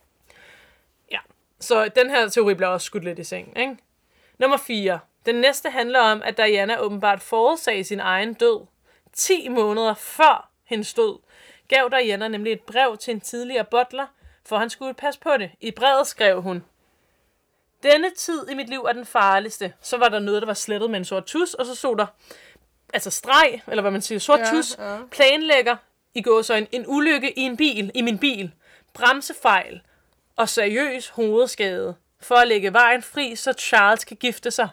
Ja, så den her teori bliver også skudt lidt i seng, ikke? Nummer fire. Den næste handler om, at Diana åbenbart forudsagde sin egen død. ti måneder før hendes død, gav Diana nemlig et brev til en tidligere butler, for han skulle passe på det. I brevet skrev hun: denne tid i mit liv er den farligste. Så var der noget, der var slettet med en sort tus, og så stod der: altså streg, eller hvad man siger, sort Ja, tus, ja. planlægger i gåseøjne en ulykke i en bil, i min bil, bremsefejl og seriøs hovedskade, for at lægge vejen fri, så Charles kan gifte sig.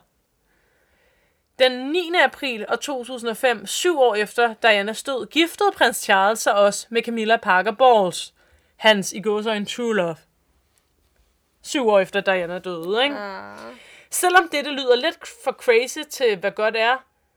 Den niende april to tusind og fem, syv år efter Dianas død, giftede prins Charles sig også med Camilla Parker Bowles, hans i gåseøjne true love. Syv år efter Diana døde, ikke? Ja. Selvom dette lyder lidt for crazy til, hvad godt er,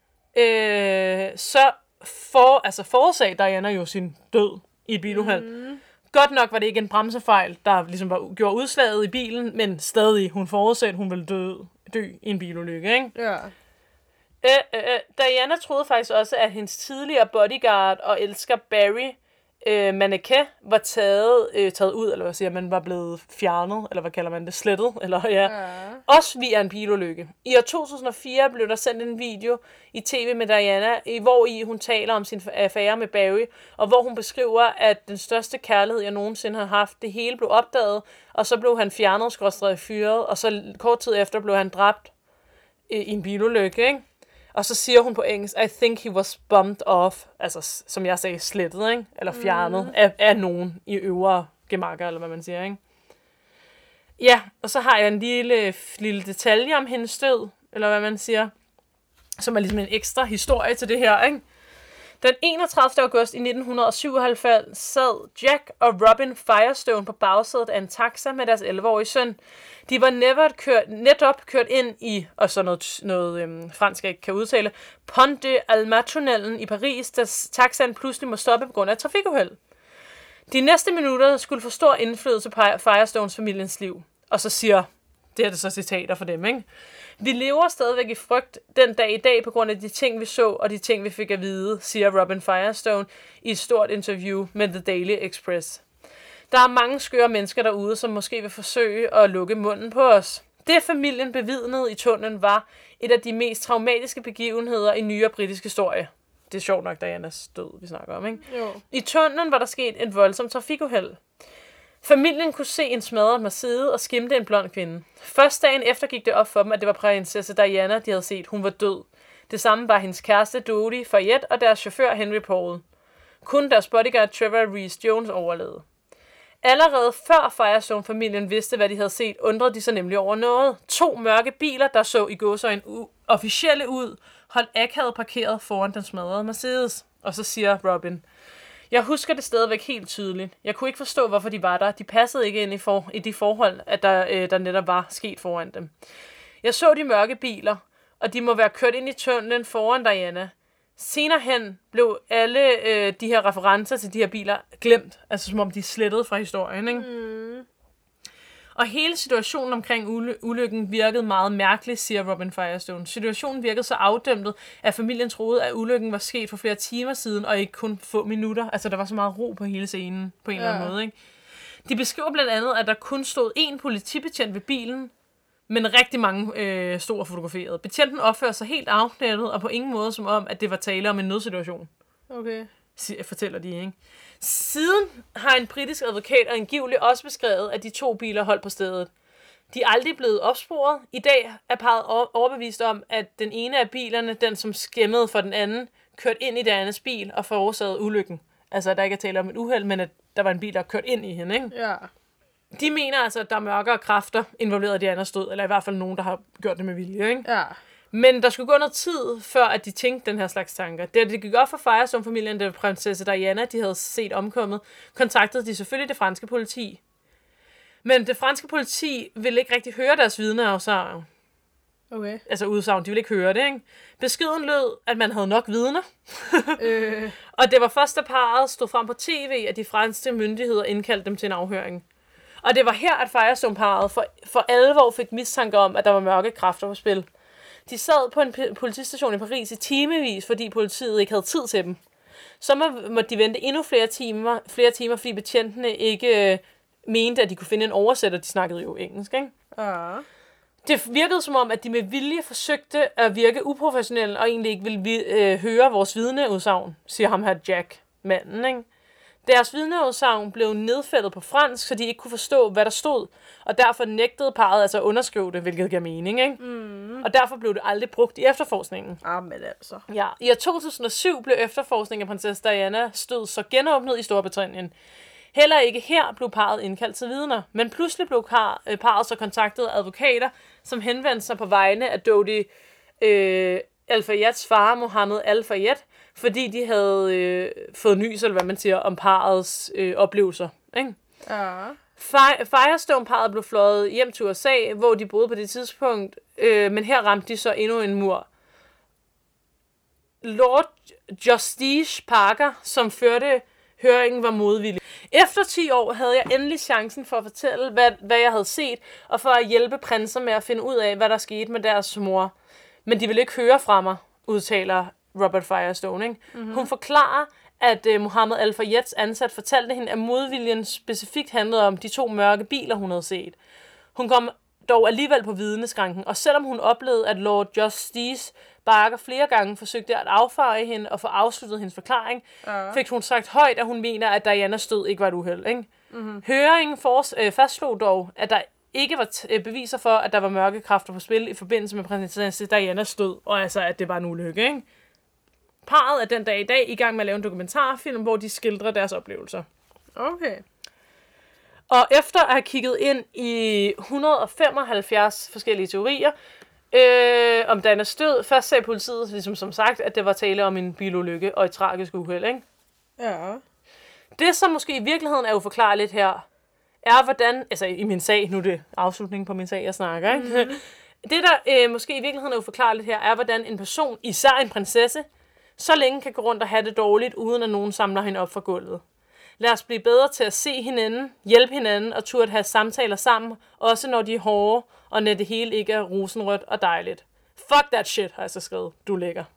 øh, så for, altså forårsag Diana jo sin død i et biluheld. Mm. Godt nok var det ikke en bremsefejl, der ligesom var, gjorde udslaget i bilen, men stadig, hun forudsagde, at hun ville dø, dø i en bilulykke, ikke? Ja. Øh, øh, Diana troede faktisk også, at hendes tidligere bodyguard og elsker Barry øh, Maneke var taget, øh, taget ud, eller hvad siger man, var blevet fjernet, eller hvad kalder man det, slettet, eller ja. Ja. Også via en bilulykke. I år to tusind og fire blev der sendt en video i tv med Diana, hvor i hun taler om sin affære med Barry, og hvor hun beskriver, at den største kærlighed, jeg nogensinde har haft, det hele blev opdaget, og så blev han fjernet, skråstreg fyret, og så kort tid efter blev han dræbt i, i en bilulykke, ikke? Og så siger hun på engelsk, I think he was bumped off, altså som jeg sagde, slettet, ikke? Eller fjernet mm. af, af nogen i øvre gemakker, eller hvad man siger, ikke? Ja, og så har jeg en lille, lille detalje om hendes død, eller hvad man siger, som er ligesom en ekstra historie til det her, ikke? Den enogtredivte august i nitten syvoghalvfems sad Jack og Robin Firestone på bagsædet af en taxa med deres elleve-årige søn. De var never kørt, netop kørt ind i, og så noget, noget øhm, fransk jeg ikke kan udtale, Pont de Alma-tunnelen i Paris, da taxaen pludselig må stoppe på grund af et trafikuheld. De næste minutter skulle få stor indflydelse på Firestones familiens liv. Og så siger, det er det så citater for dem, ikke? Vi lever stadigvæk i frygt den dag i dag på grund af de ting, vi så, og de ting, vi fik at vide, siger Robin Firestone i et stort interview med The Daily Express. Der er mange skøre mennesker derude, som måske vil forsøge at lukke munden på os. Det familien bevidnede i tunnelen var et af de mest traumatiske begivenheder i nyere britisk historie. Det er sjovt nok, Dianas død, vi snakker om, ikke? Jo. I tunnelen var der sket et voldsomt trafikuheld. Familien kunne se en smadret Mercedes og skimte en blond kvinde. Først dagen efter gik det op for dem, at det var prinsesse Diana, de havde set. Hun var død. Det samme var hendes kæreste Dodie Fayette og deres chauffør Henry Paul. Kun deres bodyguard Trevor Reese Jones overlevede. Allerede før Firestone-familien vidste, hvad de havde set, undrede de sig nemlig over noget. To mørke biler, der så i gåseøjne officielle ud, holdt akavet parkeret foran den smadrede Mercedes. Og så siger Robin, jeg husker det stadigvæk helt tydeligt. Jeg kunne ikke forstå, hvorfor de var der. De passede ikke ind i, for, i de forhold, at der, øh, der netop var sket foran dem. Jeg så de mørke biler, og de må være kørt ind i tunnelen foran Diana. Senere hen blev alle øh, de her referencer til de her biler glemt. Altså som om de slettede fra historien, ikke? Mm. Og hele situationen omkring uly- ulykken virkede meget mærkelig, siger Robin Firestone. Situationen virkede så afdæmpet, at familien troede, at ulykken var sket for flere timer siden, og ikke kun få minutter. Altså, der var så meget ro på hele scenen, på en ja. eller anden måde, ikke? De beskriver blandt andet, at der kun stod én politibetjent ved bilen, men rigtig mange øh, stod og fotograferede. Betjenten opførte sig helt afknættet, og på ingen måde som om, at det var tale om en nødsituation. Okay. Fortæller de, ikke? Siden har en britisk advokat angiveligt også beskrevet, at de to biler holdt på stedet. De er aldrig blevet opsporet. I dag er parret overbevist om, at den ene af bilerne, den som skæmmede for den anden, kørte ind i det andets bil og forårsagede ulykken. Altså, at der ikke er tale om et uheld, men at der var en bil, der kørte ind i hende, ikke? Ja. De mener altså, at der er mørkere kræfter involveret i de andres død, eller i hvert fald nogen, der har gjort det med vilje, ikke? Ja. Men der skulle gå noget tid, før at de tænkte den her slags tanker. Da det gik op for Firestone-familien, da prinsesse Diana, de havde set omkommet, kontaktede de selvfølgelig det franske politi. Men det franske politi ville ikke rigtig høre deres vidneafsagn. Okay. Altså udsagn, de ville ikke høre det, ikke? Beskeden lød, at man havde nok vidner. øh. Og det var først, da parret stod frem på tv, at de franske myndigheder indkaldte dem til en afhøring. Og det var her, at Firestone-parret for, for alvor fik mistanke om, at der var mørke kræfter på spil. De sad på en politistation i Paris i timevis, fordi politiet ikke havde tid til dem. Så må, måtte de vente endnu flere timer, flere timer, fordi betjentene ikke øh, mente, at de kunne finde en oversætter. De snakkede jo engelsk, ikke? Ja. Det virkede som om, at de med vilje forsøgte at virke uprofessionelle, og egentlig ikke ville øh, høre vores vidneudsagn, siger ham her Jack, manden, ikke? Deres vidneudsagn blev nedfældet på fransk, så de ikke kunne forstå, hvad der stod, og derfor nægtede parret altså at underskrive det, hvilket giver mening, ikke? Mm. og derfor blev det aldrig brugt i efterforskningen. Amen altså. Ja. I år to tusind og syv blev efterforskningen af prinsesse Diana stød så genåbnet i Storbritannien. Heller ikke her blev parret indkaldt til vidner, men pludselig blev parret så kontaktet af advokater, som henvendte sig på vegne af Dodi øh, Al-Fayyeds far, Mohammed Al-Fayyed, fordi de havde øh, fået nys, eller hvad man siger, om parrets øh, oplevelser. Ikke? Ja. Firestone-parret blev fløjet hjem til U S A, hvor de boede på det tidspunkt, øh, men her ramte de så endnu en mur. Lord Justice Parker, som førte høringen, var modvillig. Efter ti år havde jeg endelig chancen for at fortælle, hvad, hvad jeg havde set, og for at hjælpe prinser med at finde ud af, hvad der skete med deres mor. Men de ville ikke høre fra mig, udtaler Robert Firestone. Ikke? Mm-hmm. Hun forklarer, at uh, Mohammed Al-Fayyeds ansat fortalte hende, at modviljen specifikt handlede om de to mørke biler, hun havde set. Hun kom dog alligevel på vidneskranken, og selvom hun oplevede, at Lord Justice Parker flere gange forsøgte at affare hende og få afsluttet hendes forklaring, uh. fik hun sagt højt, at hun mener, at Dianas død ikke var et uheld. Ikke? Mm-hmm. Høringen for, øh, fastslog dog, at der ikke var t- beviser for, at der var mørke kræfter på spil i forbindelse med prinsesse Dianas død, og altså, at det var en ulykke. Ikke? Parret er den dag i dag i gang med at lave en dokumentarfilm, hvor de skildrer deres oplevelser. Okay. Og efter at have kigget ind i et hundrede og femoghalvfjerds forskellige teorier øh, om Dianas død, først sagde politiet, ligesom som sagt, at det var tale om en bilulykke og et tragisk uheld, ikke? Ja. Det, som måske i virkeligheden er uforklarligt her, er hvordan, altså i min sag, nu er det afslutningen på min sag, jeg snakker, ikke? Mm-hmm. Det, der øh, måske i virkeligheden er uforklarligt her, er, hvordan en person, især en prinsesse, så længe kan gå rundt og have det dårligt, uden at nogen samler hende op fra gulvet. Lad os blive bedre til at se hinanden, hjælpe hinanden og turde have samtaler sammen, også når de er hårde, og når det hele ikke er rosenrødt og dejligt. Fuck that shit, har jeg så skrevet. Du er lækker.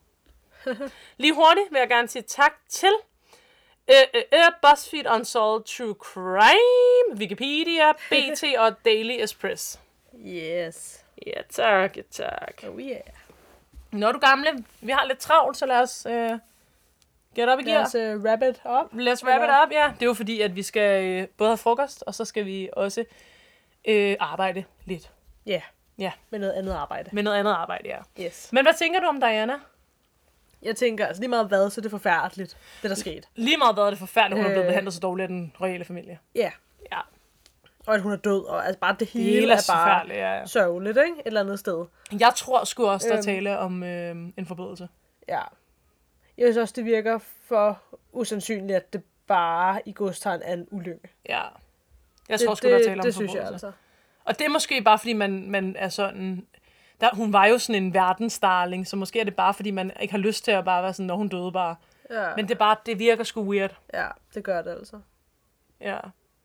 Lige hurtigt vil jeg gerne sige tak til øh, øh, øh, BuzzFeed Unsolved True Crime, Wikipedia, B T og Daily Express. Yes. Ja, tak, ja, tak. Oh yeah. Når du gamle, vi har lidt travlt, så lad os øh, get op i gear. Lad os uh, wrap it up. Lad os wrap it up, ja. Det er jo fordi, at vi skal øh, både have frokost, og så skal vi også øh, arbejde lidt. Ja. Yeah. Ja. Med noget andet arbejde. Med noget andet arbejde, ja. Yes. Men hvad tænker du om Diana? Jeg tænker, altså lige meget hvad, så er det forfærdeligt, det der skete. Lige meget hvad er det forfærdeligt, hun øh... er blevet behandlet så dårligt af den royale familie. Ja. Yeah. Ja. Og at hun er død, og altså bare det hele, det hele er, er bare ja, ja. sørgeligt, ikke? Et eller andet sted. Jeg tror sgu også, der øhm, tale om øh, en forbrydelse. Ja. Jeg synes også, det virker for usandsynligt, at det bare i godstegn er en ulykke. Ja. Jeg det, tror sgu, der tale om det, det synes jeg altså. Og det er måske bare, fordi man, man er sådan... Der, hun var jo sådan en verdensdarling, så måske er det bare, fordi man ikke har lyst til at bare være sådan, når hun døde bare. Ja. Men det er bare, det virker sgu weird. Ja, det gør det altså. Ja.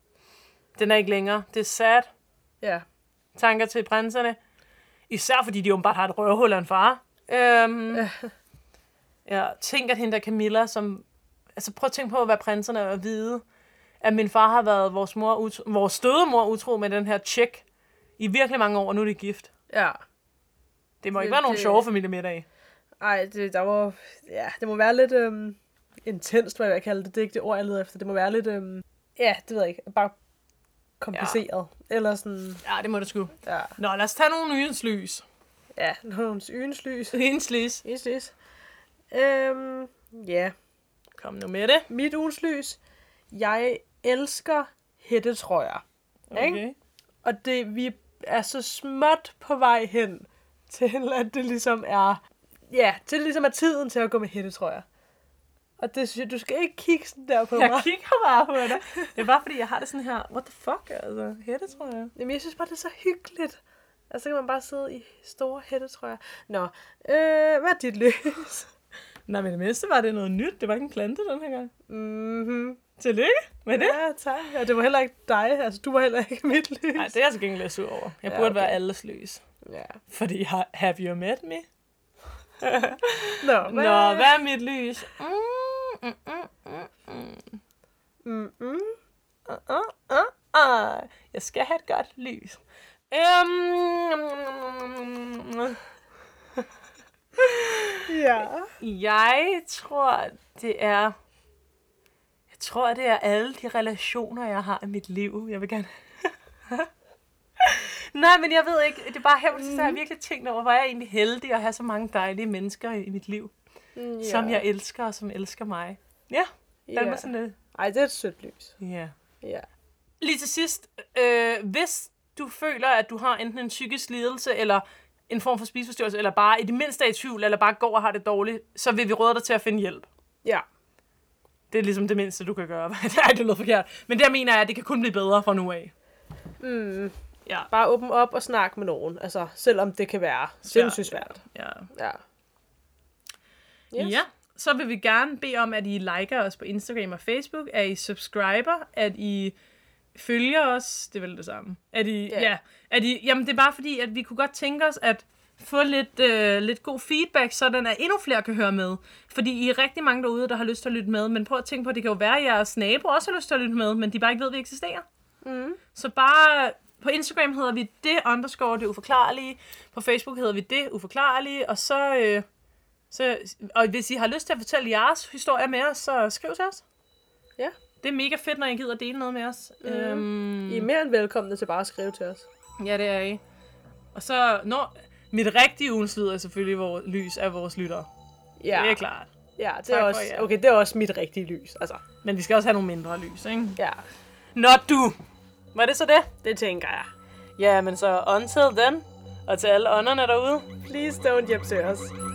Den er ikke længere. Det er sad. Ja. Tanker til prinserne. Især fordi de jo bare har et røvhul af en far. Øhm, ja. Ja, tænk at hende der Camilla, som... Altså prøv at tænke på, hvad prinserne er at vide. At min far har været vores, mor utro, vores døde mor utro med den her chick i virkelig mange år, og nu er de gift. Ja. Det må ikke det, være nogen det... sjove familiemiddag. Ej, det, der må, ja, det må være lidt øhm, intenst, hvad jeg kalder det. Det er ikke det ord, jeg leder efter. Det må være lidt, øhm, ja, det ved jeg ikke, bare kompliceret. Ja. Eller sådan... Ja, det må det sgu. Ja. Nå, lad os tage nogle ynens lys. Ja, nogle ynens lys. Ynens lys. Ynens lys. Øhm, ja. Kom nu med det. Mit ugens lys. Jeg elsker hættetrøjer. Okay. Ikke? Og det, vi er så småt på vej hen til, at det ligesom er, ja, til det ligesom er tiden til at gå med hættetrøjer. Og det synes jeg, du skal ikke kigge sådan der på jeg mig. Jeg kigger bare på dig. Det er bare fordi, jeg har det sådan her, what the fuck, altså, hættetrøjer. Jamen, jeg synes bare, det er så hyggeligt. Altså, så kan man bare sidde i store hættetrøjer. Nå, øh, hvad er dit lys? Nej, men det mindste var det noget nyt. Det var ikke en plante den her gang. Mhm. Tillykke med det. Ja, tak. Ja, det var heller ikke dig. Altså, du var heller ikke mit lys. Nej, det er jeg så gengæld lidt sur over. Jeg ja, burde okay. være alles lys. Ja. Fordi, have you met me? Nå, hvad? Nå, hvad er mit lys? Mm, mm, mm, mm, mm. Mm-mm. Uh, uh, uh, uh. Jeg skal have et godt lys. Um, ja. Jeg tror, det er... Jeg tror, det er alle de relationer, jeg har i mit liv. Jeg vil gerne... Nej, men jeg ved ikke. Det er bare her, mm. så har jeg virkelig tænkt over, hvor jeg er egentlig heldig at have så mange dejlige mennesker i mit liv. Mm, ja. Som jeg elsker, og som elsker mig. Ja, det ja. er sådan lidt. Ej, det er et sødt lys. Ja. Ja. Lige til sidst. Øh, hvis du føler, at du har enten en psykisk lidelse, eller en form for spiseforstyrrelse, eller bare i det mindste er i tvivl, eller bare går og har det dårligt, så vil vi råde dig til at finde hjælp. Ja. Det er ligesom det mindste, du kan gøre. Nej, det lyder forkert. Men der mener jeg, at det kan kun blive bedre fra nu af. Mm. Ja. Bare åbne op og snakke med nogen. Altså, selvom det kan være sindssygt svært. Ja. Ja. Yes. Ja. Så vil vi gerne bede om, at I liker os på Instagram og Facebook, at I subscriber, at I følger os. Det er vel det samme. At I, yeah. ja, at I, jamen, det er bare fordi, at vi kunne godt tænke os, at få lidt, øh, lidt god feedback, så den er endnu flere kan høre med. Fordi I er rigtig mange derude, der har lyst til at lytte med, men prøv at tænke på, at det kan jo være, at jeres nabo også har lyst til at lytte med, men de bare ikke ved, at vi eksisterer. Mm. Så bare på Instagram hedder vi det underscore det uforklarlige, på Facebook hedder vi det uforklarlige, og så, øh, så og hvis I har lyst til at fortælle jeres historie med os, så skriv til os. Ja. Det er mega fedt, når I gider dele noget med os. Mm. Øhm, I er mere end velkomne til bare at skrive til os. Ja, det er I. Og så, når mit rigtige ugens lyd er selvfølgelig vores lys af vores lyttere. Ja. Det er klart. Ja, det er, også, okay, det er også mit rigtige lys. Altså. Men vi skal også have nogle mindre lys, ikke? Ja. Not du! Var det så det? Det tænker jeg. Ja, men så until then, og til alle ånderne derude. Please don't hjemsøge os.